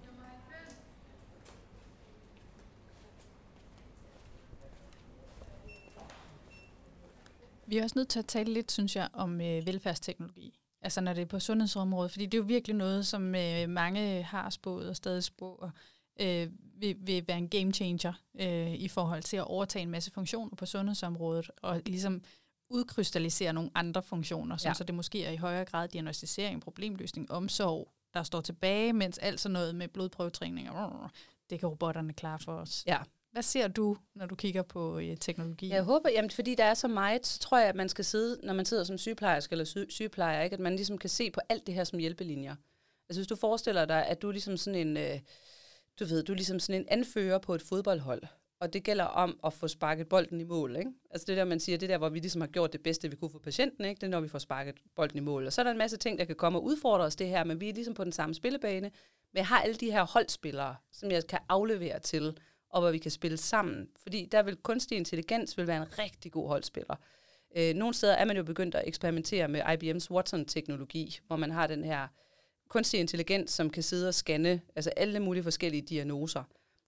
Vi er også nødt til at tale lidt, synes jeg, om velfærdsteknologi. Altså når det er på sundhedsområdet, fordi det er jo virkelig noget, som mange har spået og stadig spår, vil være en game changer i forhold til at overtage en masse funktioner på sundhedsområdet, og ligesom udkrystallisere nogle andre funktioner, så det måske er i højere grad diagnostisering, problemløsning, omsorg, der står tilbage, mens alt sådan noget med blodprøvetræning, det kan robotterne klare for os. Ja. Hvad ser du, når du kigger på teknologi? Jeg håber, jamen, fordi der er så meget, så tror jeg, at man skal sidde, når man sidder som sygeplejerske eller sygeplejer, ikke, at man ligesom kan se på alt det her som hjælpelinjer. Altså hvis du forestiller dig, at du er ligesom sådan en, du er ligesom sådan en anfører på et fodboldhold, og det gælder om at få sparket bolden i mål, ikke? Altså det der, man siger, det der, hvor vi ligesom har gjort det bedste, vi kunne for patienten, ikke? Det er, når vi får sparket bolden i mål. Og så er der en masse ting, der kan komme og udfordre os det her, men vi er ligesom på den samme spillebane. Men jeg har alle de her holdspillere, som jeg kan aflevere til, og hvor vi kan spille sammen. Fordi der vil kunstig intelligens vil være en rigtig god holdspiller. Nogle steder er man jo begyndt at eksperimentere med IBM's Watson-teknologi, hvor man har den her kunstig intelligens, som kan sidde og scanne altså alle mulige forskellige diagnoser.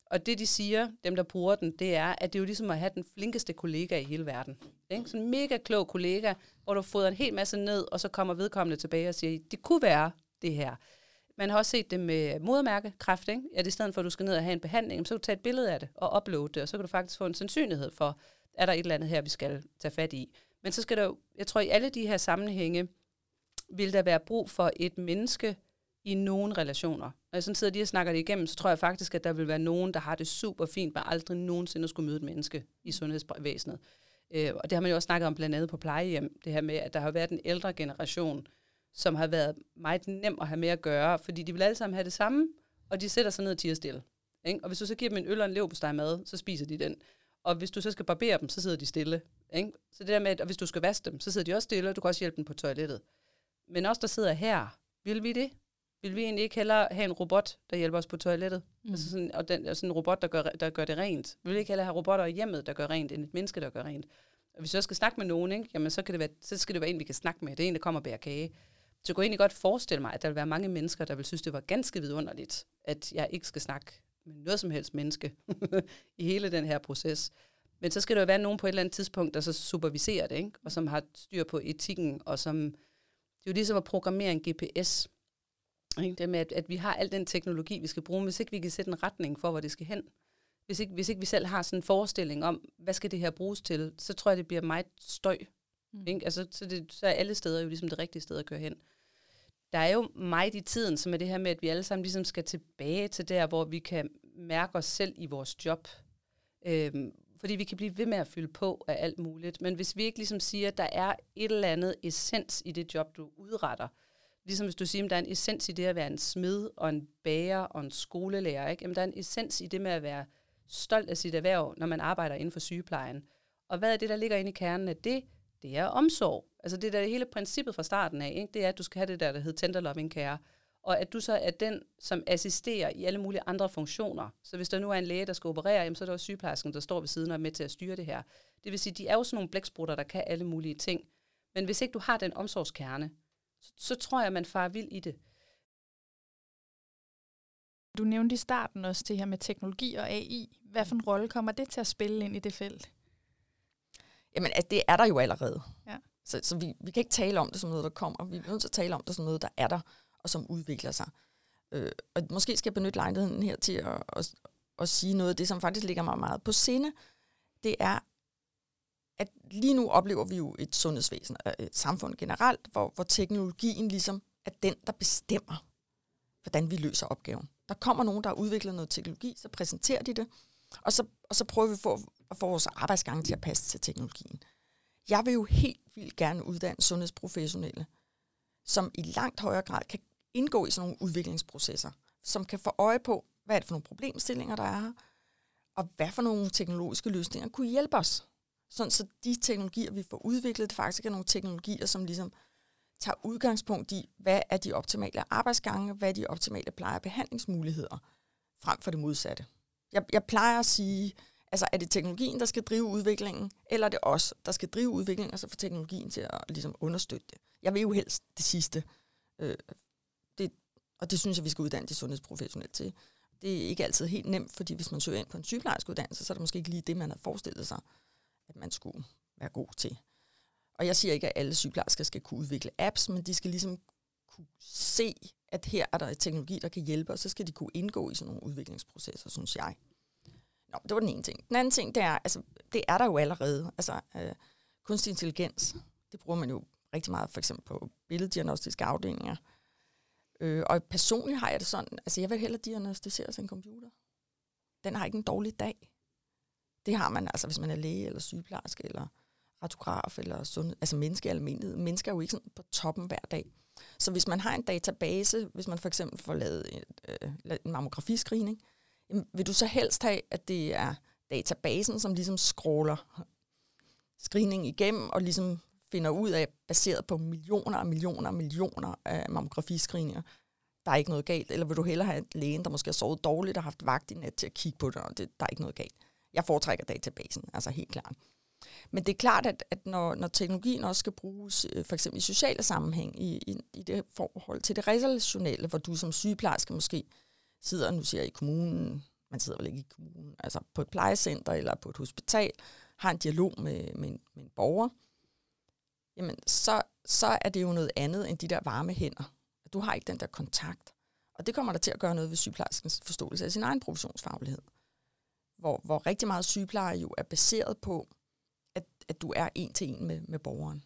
Og det, de siger, dem der bruger den, det er, at det er jo ligesom at have den flinkeste kollega i hele verden. Ikke? Sådan en mega klog kollega, hvor du fodrer en hel masse ned, og så kommer vedkommende tilbage og siger, det kunne være det her. Man har også set det med modermærkekræft, ikke? At i stedet for, at du skal ned og have en behandling, så kan du tage et billede af det og uploade det, og så kan du faktisk få en sandsynlighed for, er der et eller andet her, vi skal tage fat i. Men så skal der jo, jeg tror, i alle de her sammenhænge, vil der være brug for et menneske i nogle relationer. Når jeg sådan sidder lige og snakker det igennem, så tror jeg faktisk, at der vil være nogen, der har det super fint, men aldrig nogensinde skulle møde et menneske i sundhedsvæsenet. Og det har man jo også snakket om blandt andet på plejehjem, det her med, at der har været en ældre generation, som har været meget nem at have med at gøre, fordi de vil alle sammen have det samme, og de sætter sig ned og tier stille. Ikke? Og hvis du så giver dem en øl og en leverpostej mad, så spiser de den. Og hvis du så skal barbere dem, så sidder de stille. Ikke? Så det der med, at hvis du skal vaske dem, så sidder de også stille, og du kan også hjælpe dem på toilettet. Men os, der sidder her, vil vi det? Vil vi egentlig ikke hellere have en robot, der hjælper os på toilettet? Altså sådan, og sådan en robot, der gør det rent. Vi vil ikke hellere have robotter i hjemmet, der gør rent, end et menneske, der gør rent. Og hvis jeg skal snakke med nogen, ikke? Jamen, så skal det være en, vi kan snakke med. Det er en, der kommer og bærer kage. Så jeg kunne egentlig godt forestille mig, at der vil være mange mennesker, der vil synes, det var ganske vidunderligt, at jeg ikke skal snakke med noget som helst menneske i hele den her proces. Men så skal der jo være nogen på et eller andet tidspunkt, der så superviserer det, ikke? Og som har styr på etikken, og som det er jo ligesom at programmere en GPS. Ikke? Det med, at vi har al den teknologi, vi skal bruge, hvis ikke vi kan sætte en retning for, hvor det skal hen. Hvis ikke vi selv har sådan en forestilling om, hvad skal det her bruges til, så tror jeg, det bliver meget støj. Ikke? Altså, så er alle steder jo ligesom det rigtige sted at køre hen. Der er jo meget i tiden, som er det her med, at vi alle sammen ligesom skal tilbage til der, hvor vi kan mærke os selv i vores job. Fordi vi kan blive ved med at fylde på af alt muligt. Men hvis vi ikke ligesom siger, at der er et eller andet essens i det job, du udretter. Ligesom hvis du siger, at der er en essens i det at være en smed og en bager og en skolelærer. Ikke? Jamen, der er en essens i det med at være stolt af sit erhverv, når man arbejder inden for sygeplejen. Og hvad er det, der ligger inde i kernen af det? Det er omsorg. Altså det der hele princippet fra starten af, ikke? Det er, at du skal have det der hedder tender loving care. Og at du så er den, som assisterer i alle mulige andre funktioner. Så hvis der nu er en læge, der skal operere, jamen, så er der også sygeplejersken, der står ved siden og er med til at styre det her. Det vil sige, de er jo sådan nogle blæksprutter, der kan alle mulige ting. Men hvis ikke du har den omsorgskerne, så tror jeg, man farer vild i det. Du nævnte i starten også det her med teknologi og AI. Hvad for en rolle kommer det til at spille ind i det felt? Jamen, at det er der jo allerede. Ja. Så vi kan ikke tale om det som noget, der kommer. Vi er nødt til at tale om det som noget, der er der, og som udvikler sig. Og måske skal jeg benytte lejligheden her til at sige noget af det, som faktisk ligger mig meget på sinde. Det er, at lige nu oplever vi jo et sundhedsvæsen, et samfund generelt, hvor teknologien ligesom er den, der bestemmer, hvordan vi løser opgaven. Der kommer nogen, der har udviklet noget teknologi, så præsenterer de det, og så prøver vi at få vores arbejdsgange til at passe til teknologien. Jeg vil jo helt vildt gerne uddanne sundhedsprofessionelle, som i langt højere grad kan indgå i sådan nogle udviklingsprocesser, som kan få øje på, hvad er det for nogle problemstillinger, der er her, og hvad for nogle teknologiske løsninger kunne hjælpe os. Sådan så de teknologier, vi får udviklet, det faktisk er nogle teknologier, som ligesom tager udgangspunkt i, hvad er de optimale arbejdsgange, hvad er de optimale pleje- og behandlingsmuligheder, frem for det modsatte. Jeg plejer at sige, altså er det teknologien, der skal drive udviklingen, eller er det os, der skal drive udviklingen, og så få teknologien til at ligesom understøtte det. Jeg vil jo helst det sidste, og det synes jeg, vi skal uddanne de sundhedsprofessionelle til. Det er ikke altid helt nemt, fordi hvis man søger ind på en sygeplejerskeuddannelse, så er det måske ikke lige det, man har forestillet sig, at man skulle være god til. Og jeg siger ikke, at alle sygeplejersker skal kunne udvikle apps, men de skal ligesom kunne se, at her er der et teknologi, der kan hjælpe, og så skal de kunne indgå i sådan nogle udviklingsprocesser, synes jeg. Nå, det var den ene ting. Den anden ting, det er, altså, det er der jo allerede. Altså, kunstig intelligens, det bruger man jo rigtig meget, for eksempel på billeddiagnostiske afdelinger. Og personligt har jeg det sådan, altså jeg vil hellere diagnostisere sig en computer. Den har ikke en dårlig dag. Det har man altså, hvis man er læge, eller sygeplejerske, eller radiograf, eller sundhed, altså menneske i almindelighed. Mennesker er jo ikke sådan på toppen hver dag. Så hvis man har en database, hvis man for eksempel får lavet en mammografiscreening, vil du så helst have, at det er databasen, som ligesom scroller screening igennem, og ligesom finder ud af, baseret på millioner af mammografiscreeninger, der er ikke noget galt. Eller vil du hellere have en lægen, der måske har sovet dårligt og haft vagt i nat til at kigge på det, og der er ikke noget galt. Jeg foretrækker databasen, altså helt klart. Men det er klart, at når teknologien også skal bruges, for eksempel i sociale sammenhæng, i det forhold til det relationelle, hvor du som sygeplejerske måske sidder, nu siger jeg, i kommunen, man sidder vel ikke i kommunen, altså på et plejecenter eller på et hospital, har en dialog med en borger, jamen så er det jo noget andet end de der varme hænder. Du har ikke den der kontakt. Og det kommer der til at gøre noget ved sygeplejerskens forståelse af sin egen professionsfaglighed. Hvor rigtig meget sygepleje jo er baseret på, at du er en til en med borgeren.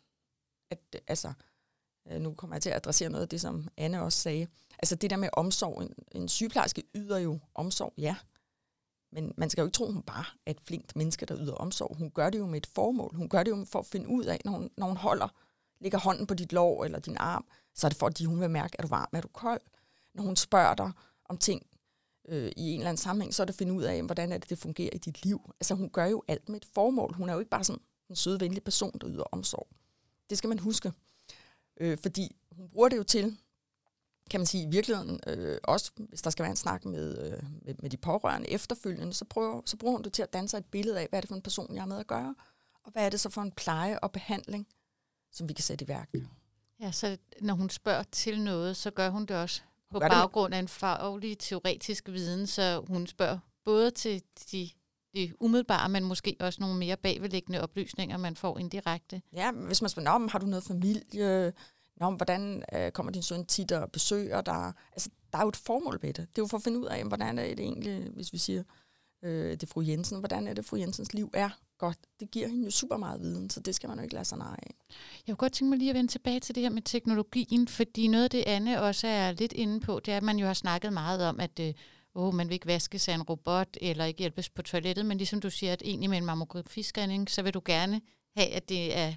Nu kommer jeg til at adressere noget af det, som Anne også sagde. Altså det der med omsorg. En sygeplejerske yder jo omsorg, ja. Men man skal jo ikke tro, hun bare er et flinkt menneske, der yder omsorg. Hun gør det jo med et formål. Hun gør det jo for at finde ud af, når hun lægger hånden på dit lår eller din arm, så er det fordi, hun vil mærke, er du varm, er du kold? Når hun spørger dig om ting i en eller anden sammenhæng, så er det at finde ud af, hvordan er det fungerer i dit liv. Altså hun gør jo alt med et formål. Hun er jo ikke bare sådan en sød, venlig person, der yder omsorg. Det skal man huske. Fordi hun bruger det jo til, kan man sige i virkeligheden, også hvis der skal være en snak med de pårørende efterfølgende, så bruger hun det til at danne sig et billede af, hvad er det for en person, jeg har med at gøre, og hvad er det så for en pleje og behandling, som vi kan sætte i værk. Ja, så når hun spørger til noget, så gør hun det også på baggrund af en faglig, teoretisk viden, så hun spørger både til de umiddelbare, men måske også nogle mere bagvedliggende oplysninger, man får indirekte. Ja, hvis man spørger, har du noget familie? Hvordan kommer din søn tit og besøger dig? Altså, der er jo et formål ved det. Det er jo for at finde ud af, hvordan er det egentlig, hvis vi siger, det er fru Jensen, hvordan er det, fru Jensens liv er godt. Det giver hende jo super meget viden, så det skal man jo ikke lade sig nej af. Jeg kunne godt tænke mig lige at vende tilbage til det her med teknologien, fordi noget af det, Anne også er lidt inde på, det er, at man jo har snakket meget om, at man vil ikke vaskes af en robot, eller ikke hjælpes på toilettet, men ligesom du siger, at egentlig med en mammografiscanning, så vil du gerne have, at det er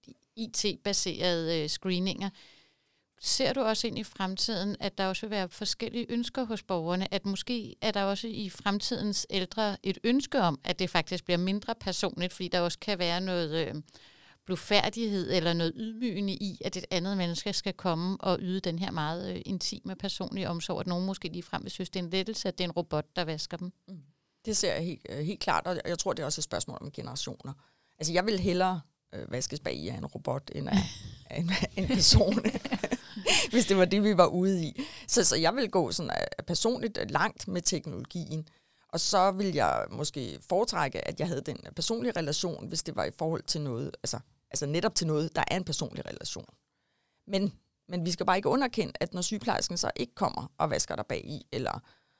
IT-baserede screeninger. Ser du også ind i fremtiden, at der også vil være forskellige ønsker hos borgerne, at måske er der også i fremtidens ældre et ønske om, at det faktisk bliver mindre personligt, fordi der også kan være noget blufærdighed eller noget ydmygende i, at et andet menneske skal komme og yde den her meget intime personlige omsorg, at nogen måske ligefrem vil synes, det er en lettelse, at det er en robot, der vasker dem. Det ser jeg helt klart, og jeg tror, det er også et spørgsmål om generationer. Altså, jeg vil hellere vaskes bag af en robot, end af en person, hvis det var det, vi var ude i. Så jeg vil gå sådan personligt langt med teknologien, og så vil jeg måske foretrække, at jeg havde den personlige relation, hvis det var i forhold til noget, altså netop til noget, der er en personlig relation. Men vi skal bare ikke underkende, at når sygeplejersken så ikke kommer og vasker dig bag i, eller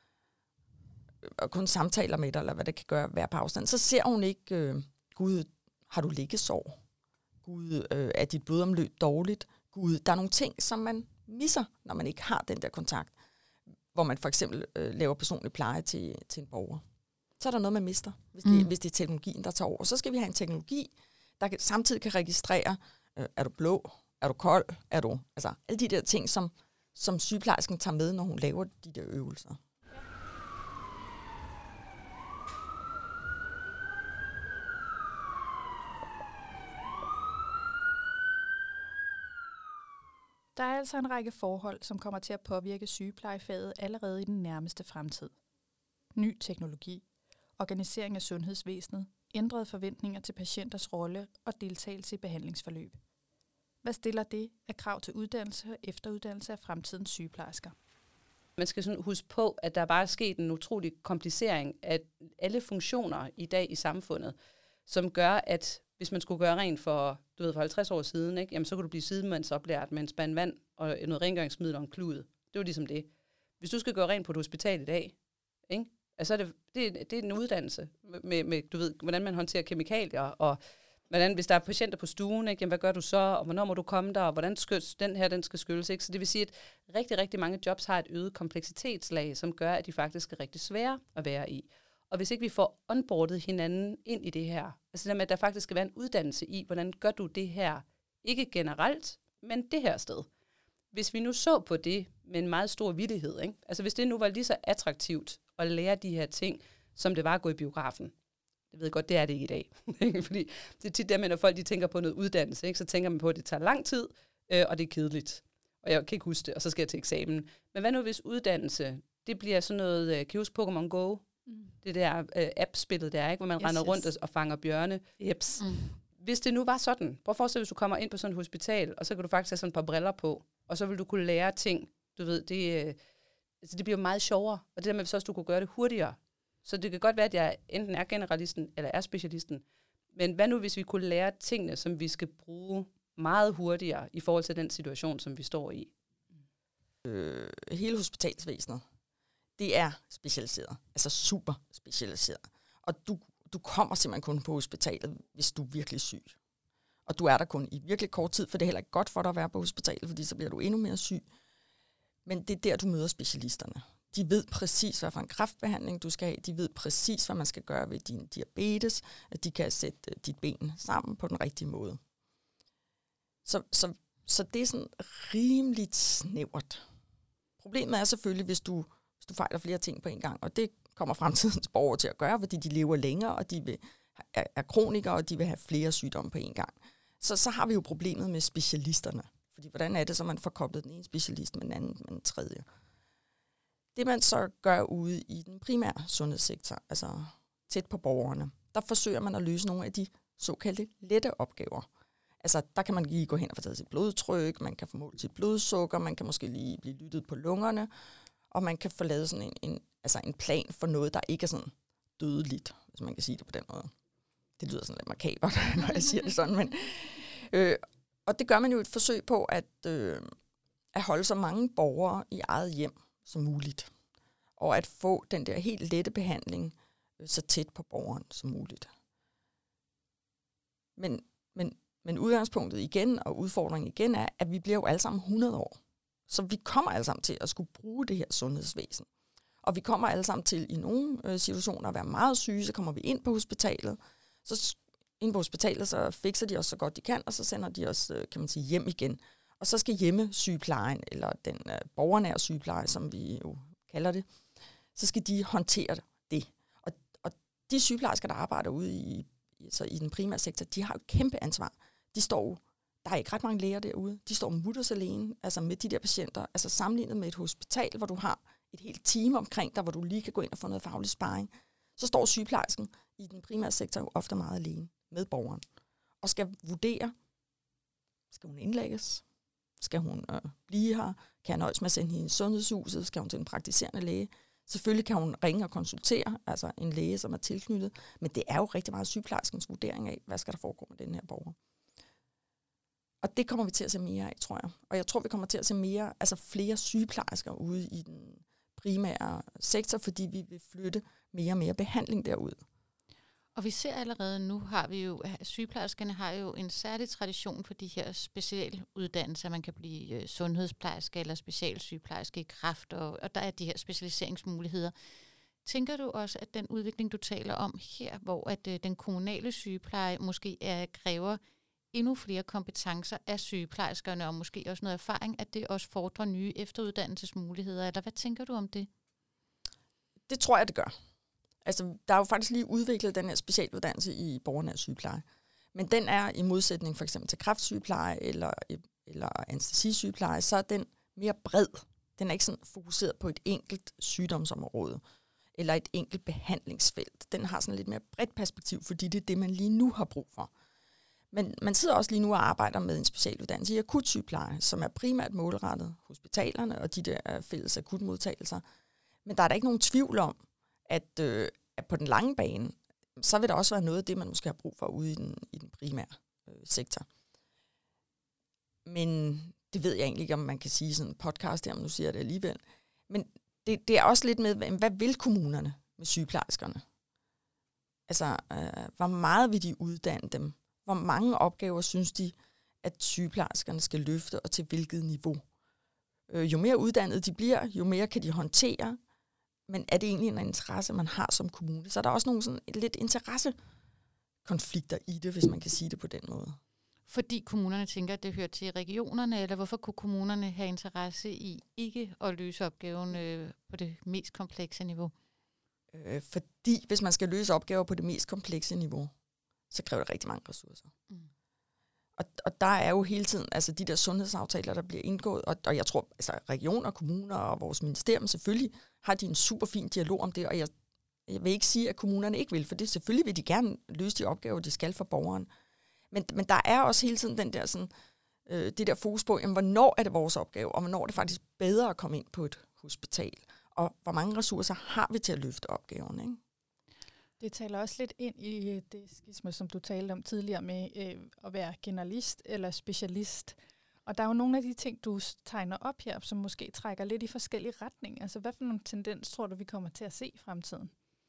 kun samtaler med dig, eller hvad det kan være på afstand, så ser hun ikke, Gud, har du liggesår? Gud, er dit blodomløb dårligt? Gud, der er nogle ting, som man misser, når man ikke har den der kontakt, hvor man for eksempel laver personlig pleje til en borger. Så er der noget, man mister, hvis det er teknologien, der tager over. Så skal vi have en teknologi, der samtidig kan registrere, er du blå, er du kold, altså alle de der ting, som sygeplejersken tager med, når hun laver de der øvelser. Der er altså en række forhold, som kommer til at påvirke sygeplejefaget allerede i den nærmeste fremtid. Ny teknologi, organisering af sundhedsvæsenet, ændrede forventninger til patienters rolle og deltagelse i behandlingsforløb. Hvad stiller det af krav til uddannelse og efteruddannelse af fremtidens sygeplejersker? Man skal sådan huske på, at der bare er sket en utrolig komplicering af alle funktioner i dag i samfundet, som gør, at hvis man skulle gøre rent for 50 år siden, ikke, jamen, så kunne du blive sidemandsoplært med en spand vand og noget rengøringsmiddel og en klud. Det var ligesom det. Hvis du skal gøre rent på et hospital i dag, ikke, altså det er en uddannelse med du ved, hvordan man håndterer kemikalier, og hvordan, hvis der er patienter på stuen, ikke, jamen, hvad gør du så, og hvornår må du komme der, og hvordan den skal skylles. Ikke? Så det vil sige, at rigtig, rigtig mange jobs har et øget kompleksitetslag, som gør, at de faktisk er rigtig svære at være i. Og hvis ikke vi får onboardet hinanden ind i det her, altså det med, at der faktisk skal være en uddannelse i, hvordan gør du det her, ikke generelt, men det her sted. Hvis vi nu så på det med en meget stor vittighed, ikke? Altså hvis det nu var lige så attraktivt at lære de her ting, som det var at gå i biografen. Jeg ved godt, det er det ikke i dag. Fordi det er tit der, når folk de tænker på noget uddannelse, ikke? Så tænker man på, at det tager lang tid, og det er kedeligt. Og jeg kan ikke huske det, og så skal jeg til eksamen. Men hvad nu hvis uddannelse, det bliver sådan noget, kan I huske Pokémon Go? Det der app-spillet der, ikke? Hvor man render rundt og fanger bjørne. Jeps. Hvis det nu var sådan, prøv at forestille dig, hvis du kommer ind på sådan et hospital, og så kan du faktisk have sådan et par briller på, og så vil du kunne lære ting. Du ved, det bliver meget sjovere. Og det der med, hvis også du kunne gøre det hurtigere, Så det kan godt være, at jeg enten er generalisten eller er specialisten. Men hvad nu, hvis vi kunne lære tingene, som vi skal bruge meget hurtigere i forhold til den situation, som vi står i? Hele hospitalsvæsenet, det er specialiseret. Altså super specialiseret. Og du kommer simpelthen kun på hospitalet, hvis du er virkelig syg. Og du er der kun i virkelig kort tid, for det er heller ikke godt for dig at være på hospitalet, fordi så bliver du endnu mere syg. Men det er der, du møder specialisterne. De ved præcis, hvad for en kræftbehandling du skal have. De ved præcis, hvad man skal gøre ved din diabetes. At de kan sætte dit ben sammen på den rigtige måde. Så det er sådan rimeligt snævert. Problemet er selvfølgelig, hvis du fejler flere ting på en gang. Og det kommer fremtidens borgere til at gøre, fordi de lever længere, og de er kronikere, og de vil have flere sygdomme på en gang. Så har vi jo problemet med specialisterne. Fordi hvordan er det, så man får koblet den ene specialist med den anden, med den tredje? Det man så gør ude i den primære sundhedssektor, altså tæt på borgerne, der forsøger man at løse nogle af de såkaldte lette opgaver. Altså der kan man lige gå hen og få taget sit blodtryk, man kan få målt sit blodsukker, man kan måske lige blive lyttet på lungerne, og man kan få lavet sådan en plan for noget, der ikke er sådan dødeligt, hvis man kan sige det på den måde. Det lyder sådan lidt makabert, når jeg siger det sådan, men... Og det gør man jo et forsøg på at holde så mange borgere i eget hjem som muligt. Og at få den der helt lette behandling så tæt på borgeren som muligt. Men udgangspunktet igen og udfordringen igen er, at vi bliver jo alle sammen 100 år. Så vi kommer alle sammen til at skulle bruge det her sundhedsvæsen. Og vi kommer alle sammen til i nogle situationer at være meget syge, så kommer vi ind på hospitalet. Så inde på hospitalet, så fikser de os så godt de kan, og så sender de os, kan man sige, hjem igen. Og så skal hjemmesygeplejen, eller den borgernære sygepleje, som vi jo kalder det, så skal de håndtere det. Og de sygeplejersker, der arbejder ude i den primære sektor, de har jo et kæmpe ansvar. Der er ikke ret mange læger derude. De står mutters alene, altså med de der patienter, altså sammenlignet med et hospital, hvor du har et helt team omkring dig, hvor du lige kan gå ind og få noget faglig sparring. Så står sygeplejersken i den primære sektor jo ofte meget alene med borgeren, og skal vurdere, skal hun indlægges? Skal hun blive her? Kan jeg nøjes med at sende hende i sundhedshuset? Skal hun til en praktiserende læge? Selvfølgelig kan hun ringe og konsultere, altså en læge, som er tilknyttet, men det er jo rigtig meget sygeplejerskens vurdering af, hvad skal der foregå med den her borger. Og det kommer vi til at se mere af, tror jeg. Og jeg tror, vi kommer til at se flere sygeplejersker ude i den primære sektor, fordi vi vil flytte mere og mere behandling derud. Og vi ser allerede nu, sygeplejerskerne har jo en særlig tradition for de her specialuddannelser. Man kan blive sundhedsplejerske eller specialsygeplejerske i kræft, og der er de her specialiseringsmuligheder. Tænker du også, at den udvikling, du taler om her, hvor at den kommunale sygepleje måske kræver endnu flere kompetencer af sygeplejerskerne, og måske også noget erfaring, at det også fordrer nye efteruddannelsesmuligheder, eller hvad tænker du om det? Det tror jeg, det gør. Altså, der er jo faktisk lige udviklet den her specialuddannelse i borgernær sygepleje. Men den er i modsætning for eksempel til kræftsygepleje eller anæstesisygepleje, så er den mere bred. Den er ikke sådan fokuseret på et enkelt sygdomsområde eller et enkelt behandlingsfelt. Den har sådan lidt mere bredt perspektiv, fordi det er det, man lige nu har brug for. Men man sidder også lige nu og arbejder med en specialuddannelse i akutsygepleje, som er primært målrettet hospitalerne og de der fælles akutmodtagelser. Men der er da ikke nogen tvivl om, at på den lange bane, så vil der også være noget af det, man måske har brug for ude i den primære sektor. Men det ved jeg egentlig ikke, om man kan sige sådan en podcast her, men nu siger jeg det alligevel. Men det er også lidt med, hvad vil kommunerne med sygeplejerskerne? Altså, hvor meget vil de uddanne dem? Hvor mange opgaver synes de, at sygeplejerskerne skal løfte, og til hvilket niveau? Jo mere uddannede de bliver, jo mere kan de håndtere. Men er det egentlig en interesse, man har som kommune? Så er der også nogle sådan lidt interessekonflikter i det, hvis man kan sige det på den måde. Fordi kommunerne tænker, at det hører til regionerne, eller hvorfor kunne kommunerne have interesse i ikke at løse opgaven på det mest komplekse niveau? Fordi hvis man skal løse opgaver på det mest komplekse niveau, så kræver det rigtig mange ressourcer. Mm. Og der er jo hele tiden altså de der sundhedsaftaler, der bliver indgået, og jeg tror, altså regioner, kommuner og vores ministerium selvfølgelig har de en super fin dialog om det, og jeg vil ikke sige, at kommunerne ikke vil, for det selvfølgelig vil de gerne løse de opgaver, de skal for borgeren. Men der er også hele tiden den der sådan, det der fokus på, jamen, hvornår er det vores opgave, og hvornår er det faktisk bedre at komme ind på et hospital, og hvor mange ressourcer har vi til at løfte opgaven, ikke? Det taler også lidt ind i det skisme, som du talte om tidligere med at være generalist eller specialist. Og der er jo nogle af de ting, du tegner op her, som måske trækker lidt i forskellige retninger. Altså, hvad for nogle tendens tror du, vi kommer til at se i fremtiden?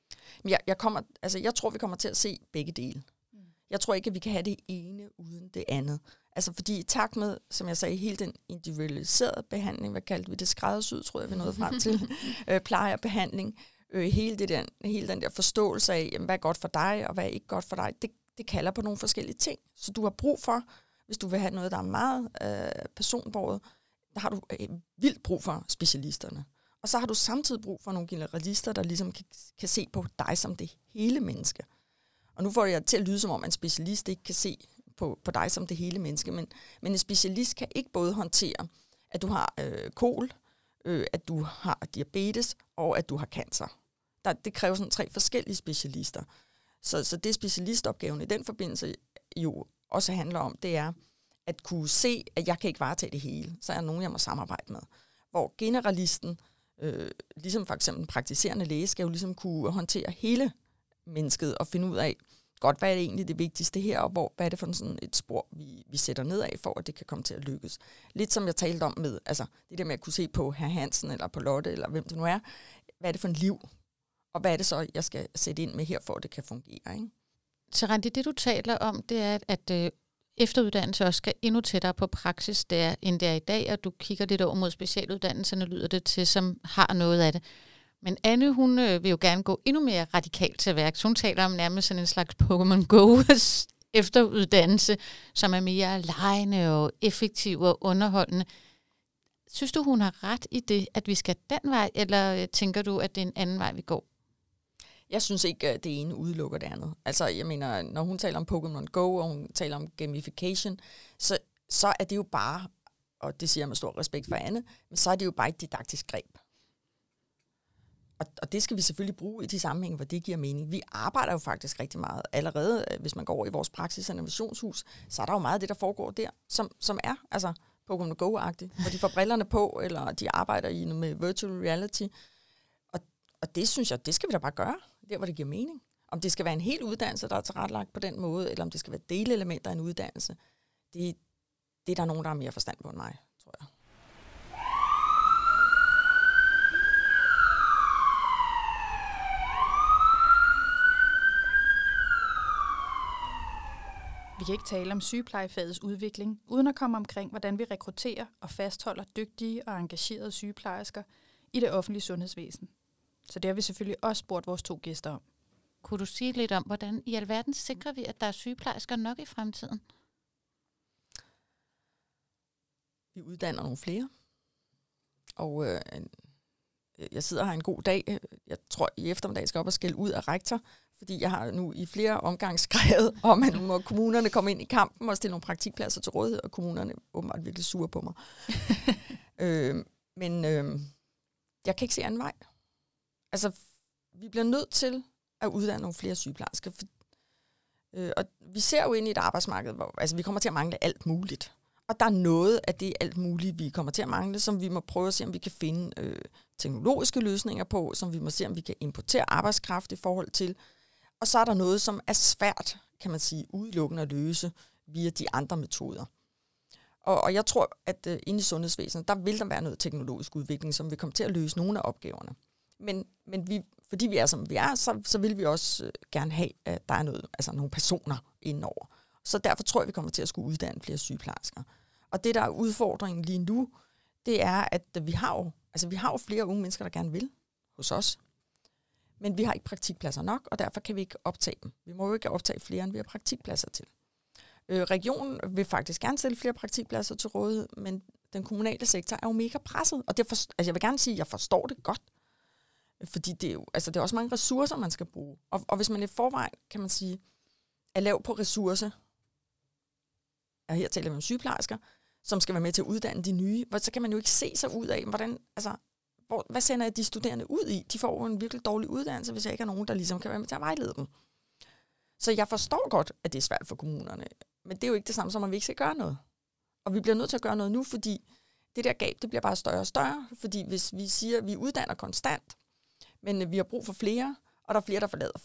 Jeg tror, vi kommer til at se begge dele. Jeg tror ikke, at vi kan have det ene uden det andet. Altså, fordi i takt med, som jeg sagde, hele den individualiserede behandling, hvad kaldte vi det, skræddersyd, tror jeg, vi nåede frem til, plejebehandling, hele den der forståelse af, jamen, hvad er godt for dig, og hvad er ikke godt for dig, det kalder på nogle forskellige ting. Så du har brug for, hvis du vil have noget, der er meget personbåret, der har du vildt brug for specialisterne. Og så har du samtidig brug for nogle generalister, der ligesom kan se på dig som det hele menneske. Og nu får jeg til at lyde som om, en specialist ikke kan se på dig som det hele menneske, men en specialist kan ikke både håndtere, at du har kol, at du har diabetes og at du har cancer. Det kræver sådan 3 forskellige specialister. Så det specialistopgaven i den forbindelse jo også handler om, det er at kunne se, at jeg kan ikke varetage det hele. Så er der nogen, jeg må samarbejde med. Hvor generalisten, ligesom for eksempel en praktiserende læge, skal jo ligesom kunne håndtere hele mennesket og finde ud af, godt, hvad er det egentlig det vigtigste her, og hvad er det for sådan et spor, vi sætter nedad, for at det kan komme til at lykkes. Lidt som jeg talte om med, altså det der med at kunne se på hr. Hansen, eller på Lotte, eller hvem det nu er, hvad er det for en liv, og hvad er det så, jeg skal sætte ind med her, for at det kan fungere, ikke? Så Randi, det du taler om, det er, at efteruddannelse også skal endnu tættere på praksis, end det er i dag, og du kigger lidt over mod specialuddannelserne, lyder det til, som har noget af det. Men Anne, hun vil jo gerne gå endnu mere radikalt til værks. Hun taler om nærmest sådan en slags Pokémon Go efteruddannelse, som er mere legende og effektiv og underholdende. Synes du, hun har ret i det, at vi skal den vej, eller tænker du, at det er en anden vej, vi går? Jeg synes ikke, at det ene udelukker det andet. Altså, jeg mener, når hun taler om Pokémon Go, og hun taler om gamification, så er det jo bare, og det siger jeg med stor respekt for Anne, men så er det jo bare et didaktisk greb. Og det skal vi selvfølgelig bruge i de sammenhænge, hvor det giver mening. Vi arbejder jo faktisk rigtig meget. Allerede, hvis man går over i vores praksis- og innovationshus, så er der jo meget af det, der foregår der, som er altså Pokémon Go-agtigt, hvor de får brillerne på, eller de arbejder i med virtual reality. Og det synes jeg, det skal vi da bare gøre, der hvor det giver mening. Om det skal være en hel uddannelse, der er tilrettelagt på den måde, eller om det skal være delelementer af en uddannelse, det er der nogen, der har mere forstand på end mig, tror jeg. Vi kan ikke tale om sygeplejefagets udvikling, uden at komme omkring, hvordan vi rekrutterer og fastholder dygtige og engagerede sygeplejersker i det offentlige sundhedsvæsen. Så det har vi selvfølgelig også spurgt vores 2 gæster om. Kunne du sige lidt om, hvordan i alverden sikrer vi, at der er sygeplejersker nok i fremtiden? Vi uddanner nogle flere. Og jeg sidder her en god dag. Jeg tror, i eftermiddag skal op og skælde ud af rektor, fordi jeg har nu i flere omgange skrevet om, at nu må kommunerne komme ind i kampen og stille nogle praktikpladser til rådighed, og kommunerne er åbenbart virkelig sure på mig. Men jeg kan ikke se anden vej. Altså, vi bliver nødt til at uddanne nogle flere sygeplejersker. Og vi ser jo ind i et arbejdsmarked, hvor altså, vi kommer til at mangle alt muligt. Og der er noget af det alt muligt, vi kommer til at mangle, som vi må prøve at se, om vi kan finde teknologiske løsninger på, som vi må se, om vi kan importere arbejdskraft i forhold til. Og så er der noget, som er svært, kan man sige, udelukkende at løse via de andre metoder. Og jeg tror, at inde i sundhedsvæsenet, der vil der være noget teknologisk udvikling, som vil komme til at løse nogle af opgaverne. Men fordi vi er, som vi er, så vil vi også gerne have, at der er noget, altså nogle personer indenover. Så derfor tror jeg, vi kommer til at skulle uddanne flere sygeplejersker. Og det, der er udfordringen lige nu, det er, at vi har jo flere unge mennesker, der gerne vil hos os. Men vi har ikke praktikpladser nok, og derfor kan vi ikke optage dem. Vi må jo ikke optage flere, end vi har praktikpladser til. Regionen vil faktisk gerne stille flere praktikpladser til rådighed, men den kommunale sektor er jo mega presset. Og jeg vil gerne sige, at jeg forstår det godt. Fordi det er jo, det er også mange ressourcer, man skal bruge. Og hvis man i forvejen, kan man sige, er lav på ressourcer, og her taler vi om sygeplejersker, som skal være med til at uddanne de nye, så kan man jo ikke se sig ud af, hvad sender jeg de studerende ud i? De får jo en virkelig dårlig uddannelse, hvis jeg ikke har nogen, der ligesom kan være med til at vejlede dem. Så jeg forstår godt, at det er svært for kommunerne, men det er jo ikke det samme som, at vi ikke skal gøre noget. Og vi bliver nødt til at gøre noget nu, fordi det der gab, det bliver bare større og større, fordi hvis vi siger, at vi uddanner konstant, men vi har brug for flere, og der er flere, der forlader faget,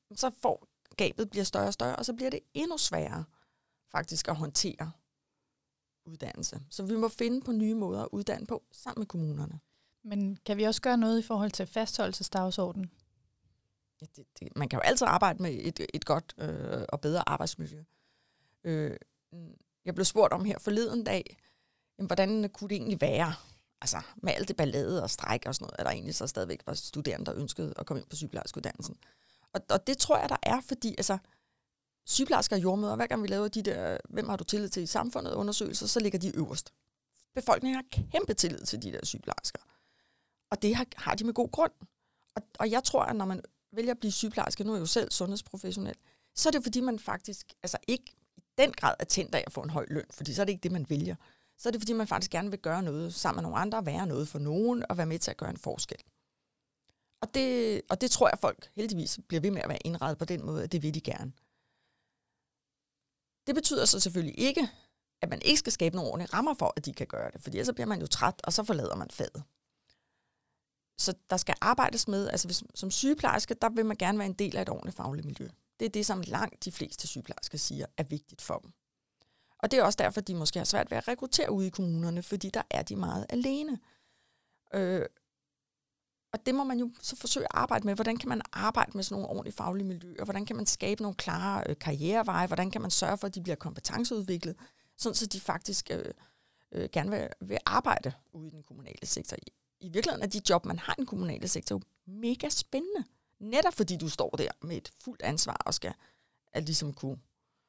så får gabet bliver større og større, og så bliver det endnu sværere faktisk at håndtere uddannelse. Så vi må finde på nye måder at uddanne på sammen med kommunerne. Men kan vi også gøre noget i forhold til fastholdelsesdagsordenen? Man kan jo altid arbejde med et godt og bedre arbejdsmiljø. Jeg blev spurgt om her forleden dag, jamen, hvordan kunne det egentlig være, altså med alt det ballade og stræk og sådan noget, at der egentlig så stadigvæk var studerende, der ønskede at komme ind på sygeplejerskeuddannelsen. Og det tror jeg, der er, fordi altså, sygeplejersker og jordmødre, hver gang vi laver de der, hvem har du tillid til i samfundet undersøgelser, så ligger de øverst. Befolkningen har kæmpe tillid til de der sygeplejersker. Og det har de med god grund. Og jeg tror, at når man vælger at blive sygeplejerske, nu er jeg jo selv sundhedsprofessionel, så er det fordi, man faktisk altså ikke i den grad er tændt af at få en høj løn, fordi så er det ikke det, man vælger. Så er det fordi, man faktisk gerne vil gøre noget sammen med nogle andre, være noget for nogen, og være med til at gøre en forskel. Og det tror jeg, folk heldigvis bliver ved med at være indrettet på den måde, at det vil de gerne. Det betyder så selvfølgelig ikke, at man ikke skal skabe nogle ordentlige rammer for, at de kan gøre det, fordi ellers bliver man jo træt, og så forlader man faget. Så der skal arbejdes med, altså som sygeplejerske, der vil man gerne være en del af et ordentligt fagligt miljø. Det er det, som langt de fleste sygeplejersker siger, er vigtigt for dem. Og det er også derfor, de måske har svært ved at rekruttere ude i kommunerne, fordi der er de meget alene. Og det må man jo så forsøge at arbejde med. Hvordan kan man arbejde med sådan nogle ordentlige faglige miljøer? Hvordan kan man skabe nogle klare karriereveje? Hvordan kan man sørge for, at de bliver kompetenceudviklet, sådan så de faktisk gerne vil arbejde ude i den kommunale sektor? I virkeligheden er de job, man har i den kommunale sektor, mega spændende. Netop fordi du står der med et fuldt ansvar og skal ligesom kunne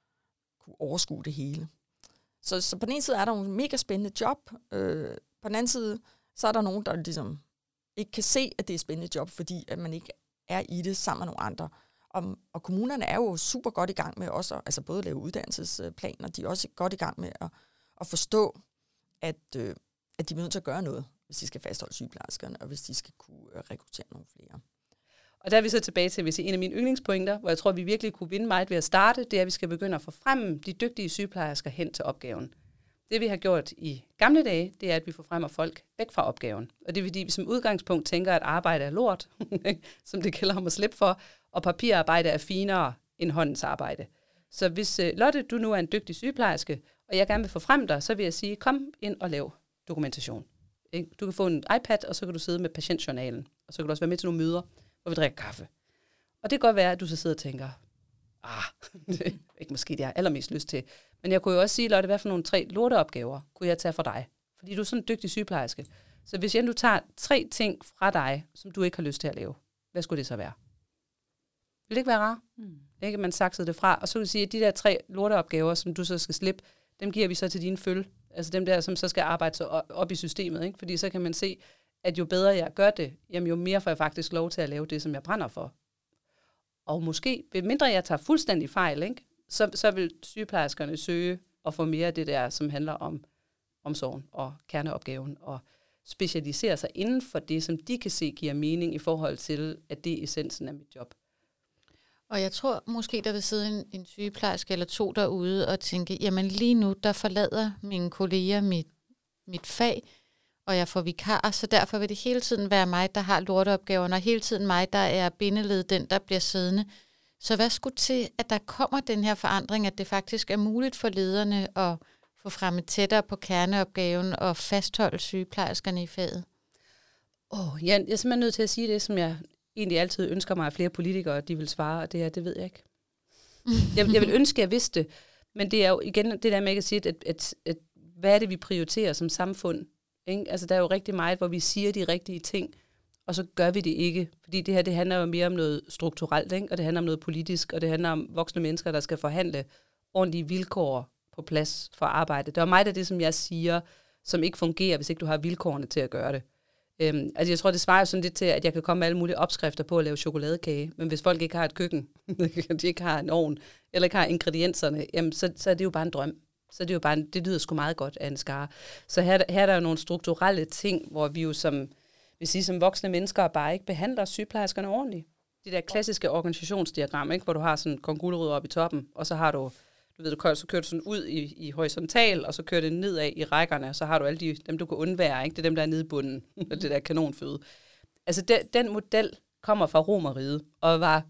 overskue det hele. Så på den ene side er der nogle mega spændende job. På den anden side, så er der nogen, der ligesom ikke kan se, at det er spændende job, fordi at man ikke er i det sammen med nogle andre. Og kommunerne er jo super godt i gang med også, altså både at lave uddannelsesplaner, de er også godt i gang med at forstå, at de er nødt til at gøre noget, hvis de skal fastholde sygeplejerskerne, og hvis de skal kunne rekruttere nogle flere. Og der er vi så tilbage til, hvis en af mine yndlingspunkter, hvor jeg tror, vi virkelig kunne vinde meget ved at starte, det er, at vi skal begynde at få frem de dygtige sygeplejersker hen til opgaven. Det vi har gjort i gamle dage, det er, at vi får frem folk væk fra opgaven. Og det er fordi, vi som udgangspunkt tænker, at arbejde er lort, som det gælder om at slippe for, og papirarbejde er finere end håndens arbejde. Så hvis Lotte, du nu er en dygtig sygeplejerske, og jeg gerne vil få frem dig, så vil jeg sige, kom ind og lav dokumentation. Du kan få en iPad, og så kan du sidde med patientjournalen, og så kan du også være med til nogle møder, hvor vi drikker kaffe. Og det kan godt være, at du så sidder og tænker, det er ikke måske det, jeg har allermest lyst til. Men jeg kunne jo også sige, Lotte, hvad for nogle 3 lorteopgaver kunne jeg tage for dig? Fordi du er sådan en dygtig sygeplejerske. Så hvis du tager 3 ting fra dig, som du ikke har lyst til at lave, hvad skulle det så være? Vil det ikke være rart? Ikke, man saksede det fra. Og så kan du sige, at de der 3 lorteopgaver, som du så skal slippe, dem giver vi så til dine følge. Altså dem der, som så skal arbejde så op i systemet. Ikke? Fordi så kan man se, at jo bedre jeg gør det, jamen jo mere får jeg faktisk lov til at lave det, som jeg brænder for. Og måske, mindre jeg tager fuldstændig fejl, ikke? Så vil sygeplejerskerne søge og få mere af det der, som handler om omsorgen og kerneopgaven, og specialisere sig inden for det, som de kan se giver mening i forhold til, at det er essensen af mit job. Og jeg tror måske, der vil sidde en sygeplejerske eller 2 derude og tænke, jamen lige nu, der forlader mine kolleger mit fag, og jeg får vikarer, så derfor vil det hele tiden være mig, der har lorteopgaverne, og hele tiden mig, der er bindeled, den der bliver siddende. Så hvad skulle til, at der kommer den her forandring, at det faktisk er muligt for lederne at få fremmet tættere på kerneopgaven og fastholde sygeplejerskerne i faget? Jeg er simpelthen nødt til at sige det, som jeg egentlig altid ønsker mig, at flere politikere de vil svare, og det ved jeg ikke. Jeg vil ønske, at jeg vidste det, men det er jo igen det der med at sige, at hvad er det, vi prioriterer som samfund? Ikke? Altså, der er jo rigtig meget, hvor vi siger de rigtige ting, og så gør vi det ikke. Fordi det her, det handler jo mere om noget strukturelt, ikke? Og det handler om noget politisk, og det handler om voksne mennesker, der skal forhandle ordentlige vilkår på plads for arbejde. Det er meget af det, som jeg siger, som ikke fungerer, hvis ikke du har vilkårene til at gøre det. Altså jeg tror, det svarer jo sådan lidt til, at jeg kan komme med alle mulige opskrifter på at lave chokoladekage, men hvis folk ikke har et køkken, de ikke har en ovn, eller ikke har ingredienserne, jamen så er det jo bare en drøm. Så det er jo bare det lyder sgu meget godt af en skare. Så her er der jo nogle strukturelle ting, hvor vi jo som voksne mennesker bare ikke behandler sygeplejerskerne ordentligt. De der klassiske organisationsdiagram, ikke, hvor du har sådan en kongullerød oppe i toppen, og så har du så kører du sådan ud i horisontal, og så kører det nedad i rækkerne, og så har du alle dem, du kan undvære, ikke? Det er dem, der er nede i bunden, det der kanonføde. Altså den model kommer fra Romerriget, og var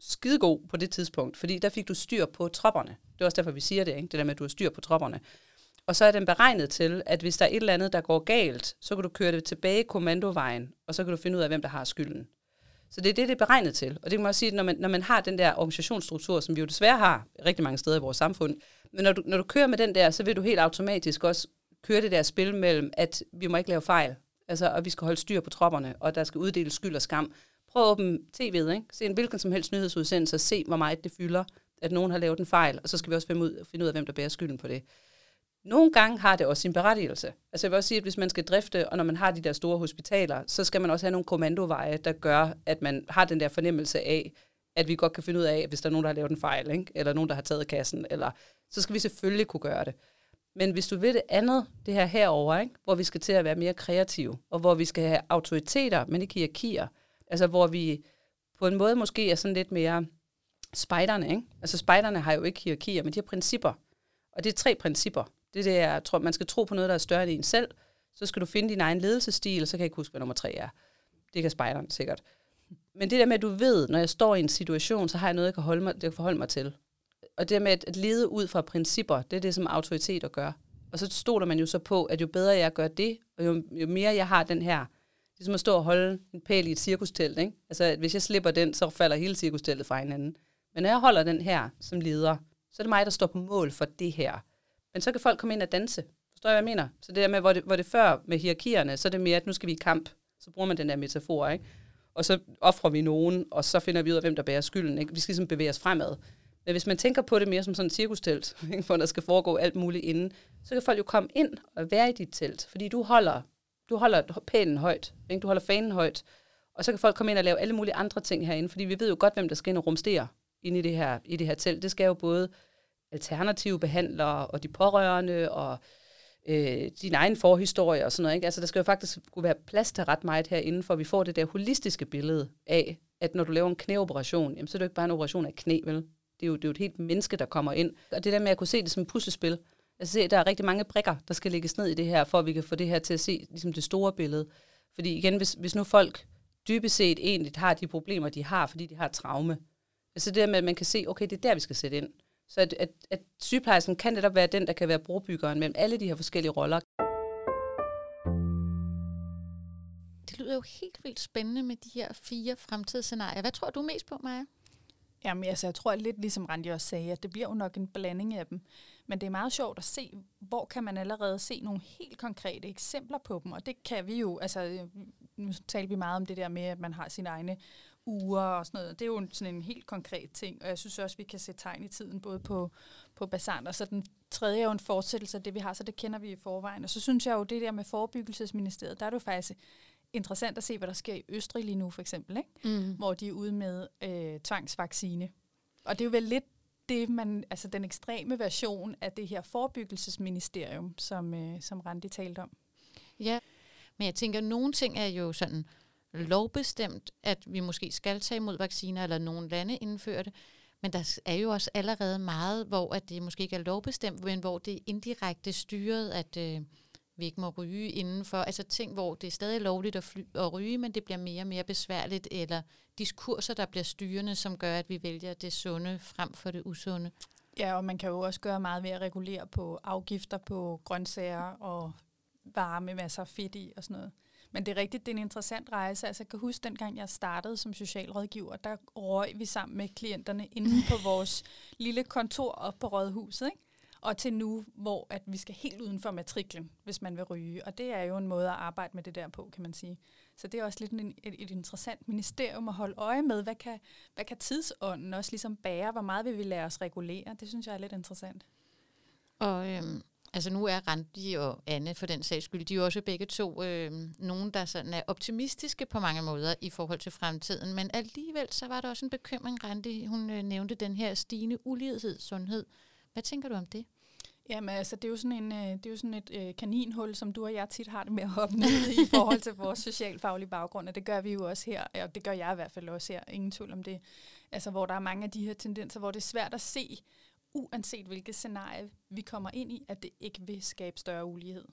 skidegod på det tidspunkt, fordi der fik du styr på tropperne. Det er også derfor, vi siger det, ikke? Det der med, at du har styr på tropperne. Og så er den beregnet til, at hvis der er et eller andet, der går galt, så kan du køre det tilbage kommandovejen, og så kan du finde ud af, hvem der har skylden. Så det er det er beregnet til. Og det kan man også sige, at når man har den der organisationsstruktur, som vi jo desværre har rigtig mange steder i vores samfund, men når du kører med den der, så vil du helt automatisk også køre det der spil mellem, at vi må ikke lave fejl, altså, og vi skal holde styr på tropperne, og der skal uddeles skyld og skam. Prøv at åbne tv'et, ikke? Se en hvilken som helst nyhedsudsendelse, og se, hvor meget det fylder, at nogen har lavet en fejl, og så skal vi også finde ud af, hvem der bærer skylden på det. Nogle gange har det også sin berettigelse. Altså jeg vil også sige, at hvis man skal drifte, og når man har de der store hospitaler, så skal man også have nogle kommandoveje, der gør, at man har den der fornemmelse af, at vi godt kan finde ud af, hvis der er nogen, der har lavet en fejl, ikke? Eller nogen, der har taget kassen, eller så skal vi selvfølgelig kunne gøre det. Men hvis du vil det andet, det her herover, ikke? Hvor vi skal til at være mere kreative, og hvor vi skal have autoriteter, men ikke hierarkier, altså hvor vi på en måde måske er sådan lidt mere spejderne, ikke? Altså spejderne har jo ikke hierarkier, men de har principper. Og det er 3 principper. Det er, jeg tror, man skal tro på noget, der er større end en selv. Så skal du finde din egen ledelsesstil, og så kan jeg ikke huske, hvad nummer 3 er. Det kan spejderne sikkert. Men det der med, at du ved, når jeg står i en situation, så har jeg noget, jeg kan forholde mig til. Og det der med at lede ud fra principper, det er det, som autoriteter gør. Og så stoler man jo så på, at jo bedre jeg gør det, og jo mere jeg har den her, det er som at stå og holde en pæl i et cirkustelt, ikke? Altså, at hvis jeg slipper den, så falder hele cirkusteltet fra hinanden. Men når jeg holder den her som leder, så er det mig, der står på mål for det her. Men så kan folk komme ind og danse. Forstår jeg, hvad jeg mener? Så det der med, hvor det før med hierarkierne, så er det mere, at nu skal vi i kamp. Så bruger man den der metafor, ikke? Og så offrer vi nogen, og så finder vi ud af, hvem der bærer skylden, ikke? Vi skal ligesom bevæge os fremad. Men hvis man tænker på det mere som sådan et cirkustelt, hvor der skal foregå alt muligt inden, så kan folk jo komme ind og være i dit telt, fordi du holder pælen højt, ikke? Du holder fanen højt, og så kan folk komme ind og lave alle mulige andre ting herinde, fordi vi ved jo godt, hvem der skal ind og rumstere inde i det her telt. Det skal jo både alternative behandlere og de pårørende og din egen forhistorie og sådan noget, ikke? Altså der skal jo faktisk kunne være plads til ret meget herinde, for vi får det der holistiske billede af, at når du laver en knæoperation, jamen, så er det jo ikke bare en operation af knæ, vel? Det er jo et helt menneske, der kommer ind. Og det der med at kunne se det som et puslespil, altså se, der er rigtig mange brikker, der skal lægges ned i det her, for at vi kan få det her til at se ligesom det store billede. Fordi igen, hvis nu folk dybest set egentlig har de problemer, de har, fordi de har et traume, altså det der med, at man kan se, okay, det er der, vi skal sætte ind. Så at sygeplejersken kan netop være den, der kan være brobyggeren mellem alle de her forskellige roller. Det lyder jo helt vildt spændende med de her 4 fremtidsscenarier. Hvad tror du mest på, Maja? Jamen altså, jeg tror lidt ligesom Randi også sagde, at det bliver jo nok en blanding af dem. Men det er meget sjovt at se, hvor kan man allerede se nogle helt konkrete eksempler på dem. Og det kan vi jo, altså nu taler vi meget om det der med, at man har sine egne uger og sådan noget. Det er jo sådan en helt konkret ting, og jeg synes også, vi kan se tegn i tiden, både på Basant, og så den tredje er jo en fortsættelse af det, vi har, så det kender vi i forvejen. Og så synes jeg jo, det der med Forebyggelsesministeriet, der er det jo faktisk interessant at se, hvad der sker i Østrig lige nu, for eksempel, ikke? Hvor de er ude med tvangsvaccine. Og det er jo vel lidt det, altså den ekstreme version af det her forebyggelsesministerium, som Randi talte om. Ja, men jeg tænker, at nogle ting er jo sådan lovbestemt, at vi måske skal tage imod vacciner, eller nogle lande indfører det. Men der er jo også allerede meget, hvor at det måske ikke er lovbestemt, men hvor det er indirekte styret, at vi ikke må ryge indenfor. Altså ting, hvor det er stadig lovligt at ryge, men det bliver mere og mere besværligt, eller diskurser, der bliver styrende, som gør, at vi vælger det sunde frem for det usunde. Ja, og man kan jo også gøre meget ved at regulere på afgifter på grøntsager og varer med masser af fedt i og sådan noget. Men det er rigtigt, det er en interessant rejse. Altså, jeg kan huske, dengang jeg startede som socialrådgiver, der røg vi sammen med klienterne inde på vores lille kontor op på Rådhuset, ikke? Og til nu, hvor at vi skal helt uden for matriklen, hvis man vil ryge. Og det er jo en måde at arbejde med det der på, kan man sige. Så det er også lidt et interessant ministerium at holde øje med. Hvad kan tidsånden også ligesom bære? Hvor meget vil vi lade os regulere? Det synes jeg er lidt interessant. Og altså nu er Randi og Anne for den sags skyld, de er jo også begge to nogen, der sådan er optimistiske på mange måder i forhold til fremtiden. Men alligevel så var der også en bekymring, Randi. Hun nævnte den her stigende ulighed, sundhed. Hvad tænker du om det? Jamen altså, det er jo sådan et kaninhul, som du og jeg tit har det med at hoppe ned i forhold til vores socialfaglige baggrund, og det gør vi jo også her, og det gør jeg i hvert fald også her, ingen tvivl om det. Altså, hvor der er mange af de her tendenser, hvor det er svært at se, uanset hvilket scenarie vi kommer ind i, at det ikke vil skabe større ulighed.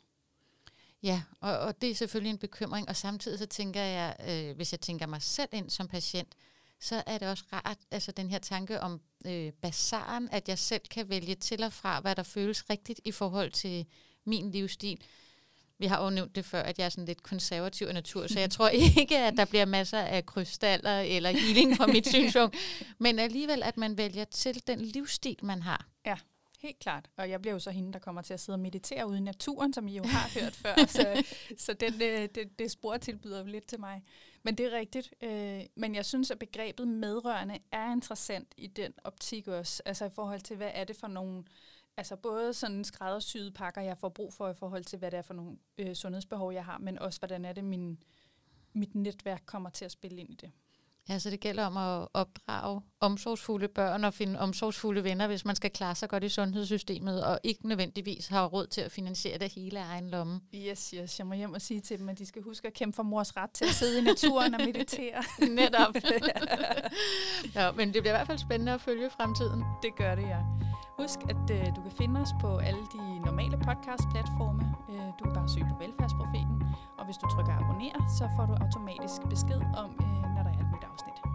Ja, og det er selvfølgelig en bekymring, og samtidig så tænker jeg, hvis jeg tænker mig selv ind som patient, så er det også rart, altså den her tanke om bazaren, at jeg selv kan vælge til og fra, hvad der føles rigtigt i forhold til min livsstil. Vi har jo nævnt det før, at jeg er sådan lidt konservativ af natur, så jeg tror ikke, at der bliver masser af krystaller eller healing fra mit synspunkt, men alligevel, at man vælger til den livsstil, man har. Ja, helt klart. Og jeg bliver jo så hende, der kommer til at sidde og meditere ude i naturen, som I jo har hørt før, så det spor tilbyder lidt til mig. Men det er rigtigt. Men jeg synes, at begrebet medrørende er interessant i den optik også, altså i forhold til, hvad er det for nogle... Altså både sådan skræddersyede pakker, jeg får brug for i forhold til, hvad det er for nogle sundhedsbehov, jeg har, men også, hvordan er det, mit netværk kommer til at spille ind i det. Ja, så det gælder om at opdrage omsorgsfulde børn og finde omsorgsfulde venner, hvis man skal klare sig godt i sundhedssystemet, og ikke nødvendigvis har råd til at finansiere det hele af egen lomme. Yes. Jeg må hjem og sige til dem, at de skal huske at kæmpe for mors ret til at sidde i naturen og meditere. Netop. Ja, men det bliver i hvert fald spændende at følge fremtiden. Det gør det, ja. Husk, at du kan finde os på alle de normale podcast-platforme. Du kan bare søge på Velfærdsprofeten, og hvis du trykker abonner, så får du automatisk besked om, når der er et nyt afsnit.